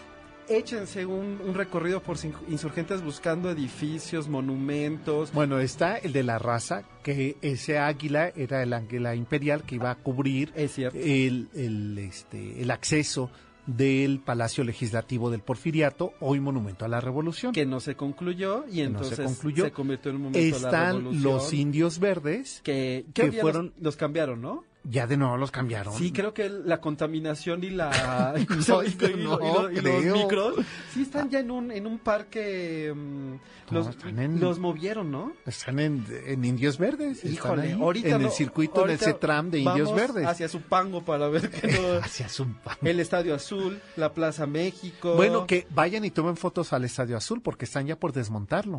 Speaker 5: échense un, un recorrido por Insurgentes buscando edificios, monumentos.
Speaker 3: Bueno, está el de la raza, que ese águila era el águila imperial que iba a cubrir el, el, este, el acceso del Palacio Legislativo del Porfiriato, hoy Monumento a la Revolución.
Speaker 5: Que no se concluyó y entonces
Speaker 3: no se, concluyó.
Speaker 5: se convirtió en un Monumento
Speaker 3: Están
Speaker 5: a la Revolución.
Speaker 3: Están los indios verdes
Speaker 5: que,
Speaker 3: que
Speaker 5: fueron... Los, los cambiaron, ¿no?
Speaker 3: Ya de nuevo los cambiaron.
Speaker 5: Sí, creo que la contaminación y la y, no, y, y, no, y, y los micros sí están ya en un en un parque um, los, no, en, los movieron, ¿no?
Speaker 3: Están en, en Indios Verdes.
Speaker 5: Híjole,
Speaker 3: ahí,
Speaker 5: ahorita
Speaker 3: en
Speaker 5: no,
Speaker 3: el circuito, en el CETRAM de Indios Verdes.
Speaker 5: Hacia Zumpango para ver que no,
Speaker 3: hacia Zumpango.
Speaker 5: El Estadio Azul, la Plaza México.
Speaker 3: Bueno, que vayan y tomen fotos al Estadio Azul porque están ya por desmontarlo.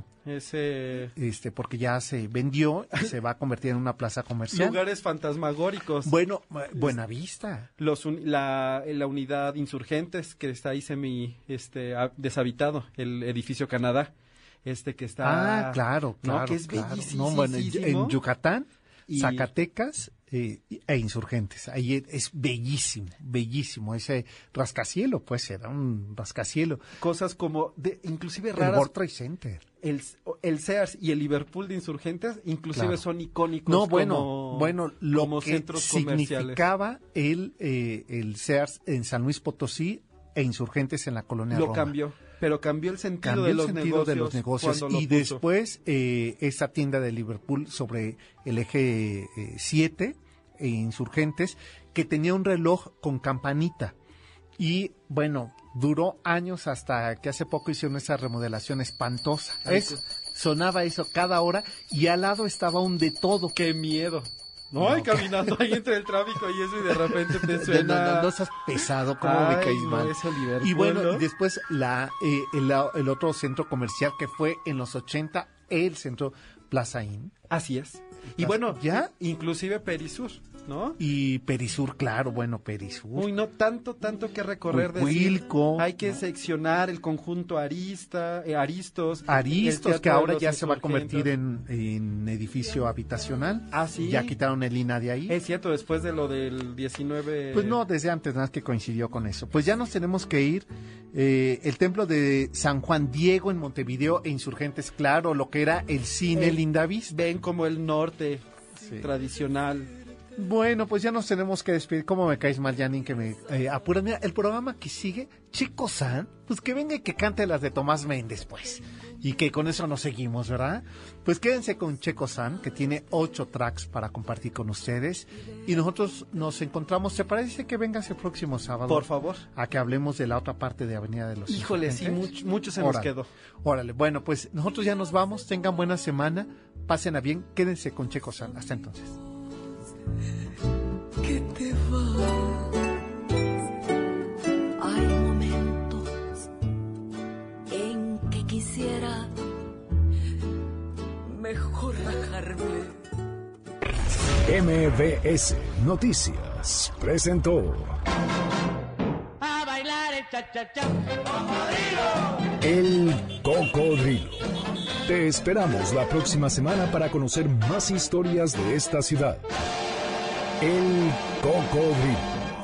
Speaker 5: Ese
Speaker 3: este porque ya se vendió y se va a convertir en una plaza comercial.
Speaker 5: Lugares fantasmagóricos.
Speaker 3: Bueno, Buenavista.
Speaker 5: Los la, la unidad Insurgentes que está ahí semi este deshabitado, el edificio Canadá, este que está
Speaker 3: Ah, claro, claro,
Speaker 5: ¿no? que es
Speaker 3: claro.
Speaker 5: bellísimo.
Speaker 3: No, bueno, en Yucatán,
Speaker 5: y...
Speaker 3: Zacatecas eh, e Insurgentes. Ahí es bellísimo, bellísimo ese rascacielos, pues era un rascacielos.
Speaker 5: Cosas como de inclusive raras.
Speaker 3: El World Trade Center.
Speaker 5: El, el Sears y el Liverpool de Insurgentes inclusive
Speaker 3: claro.
Speaker 5: son icónicos
Speaker 3: no, bueno,
Speaker 5: como,
Speaker 3: bueno, lo
Speaker 5: como
Speaker 3: que
Speaker 5: centros
Speaker 3: significaba el, eh, el Sears en San Luis Potosí e Insurgentes en la colonia
Speaker 5: lo
Speaker 3: Roma.
Speaker 5: cambió, pero cambió el sentido,
Speaker 3: cambió
Speaker 5: de,
Speaker 3: el
Speaker 5: los
Speaker 3: sentido de los
Speaker 5: negocios
Speaker 3: negocios y después eh, esa tienda de Liverpool sobre el eje siete e Insurgentes que tenía un reloj con campanita. Y bueno, duró años hasta que hace poco hicieron esa remodelación espantosa.
Speaker 5: Ay,
Speaker 3: eso, sonaba eso cada hora y al lado estaba un de todo.
Speaker 5: ¡Qué miedo! No, no, y caminando ahí entre el tráfico y eso y de repente te suena...
Speaker 3: No, no, no seas pesado, ¿cómo
Speaker 5: Ay,
Speaker 3: me caes
Speaker 5: no,
Speaker 3: mal?
Speaker 5: Liverpool,
Speaker 3: y bueno,
Speaker 5: ¿no?
Speaker 3: y después la, eh, el, el otro centro comercial que fue en los ochenta, el centro Plaza Inn.
Speaker 5: Así es. Y
Speaker 3: Plaza,
Speaker 5: bueno,
Speaker 3: ¿ya?
Speaker 5: Inclusive Perisur, ¿no?
Speaker 3: Y Perisur, claro, bueno, Perisur.
Speaker 5: Uy, no, tanto, tanto que recorrer.
Speaker 3: Huicuilco.
Speaker 5: Hay que seccionar el conjunto Arista, eh, Aristos.
Speaker 3: Aristos, que ahora ya se va a convertir en, en edificio habitacional.
Speaker 5: Ah, sí.
Speaker 3: Ya quitaron el I N A de ahí.
Speaker 5: Es cierto, después de lo del diecinueve...
Speaker 3: Pues no, desde antes, nada más que coincidió con eso. Pues ya nos tenemos que ir. Eh, el templo de San Juan Diego en Montevideo e Insurgentes, claro, lo que era el cine
Speaker 5: el,
Speaker 3: Lindavista.
Speaker 5: Ven como el norte sí. tradicional.
Speaker 3: Bueno, pues ya nos tenemos que despedir. ¿Cómo me caes mal, Janine? Que me eh, apura. Mira, el programa que sigue, Chico San, pues que venga y que cante las de Tomás Méndez, pues. Y que con eso nos seguimos, ¿verdad? Pues quédense con Checo San, que tiene ocho tracks para compartir con ustedes. Y nosotros nos encontramos, ¿te parece que vengas el próximo sábado?
Speaker 5: Por favor.
Speaker 3: A que hablemos de la otra parte de Avenida de los
Speaker 5: Híjole, sí, mucho, mucho se nos
Speaker 3: Órale,
Speaker 5: quedó.
Speaker 3: Órale, bueno, pues nosotros ya nos vamos. Tengan buena semana. Pásenla bien. Quédense con Checo San. Hasta entonces.
Speaker 26: Que te va. Hay momentos en que quisiera mejor rajarme.
Speaker 1: M V S Noticias presentó
Speaker 4: A bailar el cha-cha-cha.
Speaker 1: El Cocodrilo. Te esperamos la próxima semana para conocer más historias de esta ciudad. El Cocodrilo.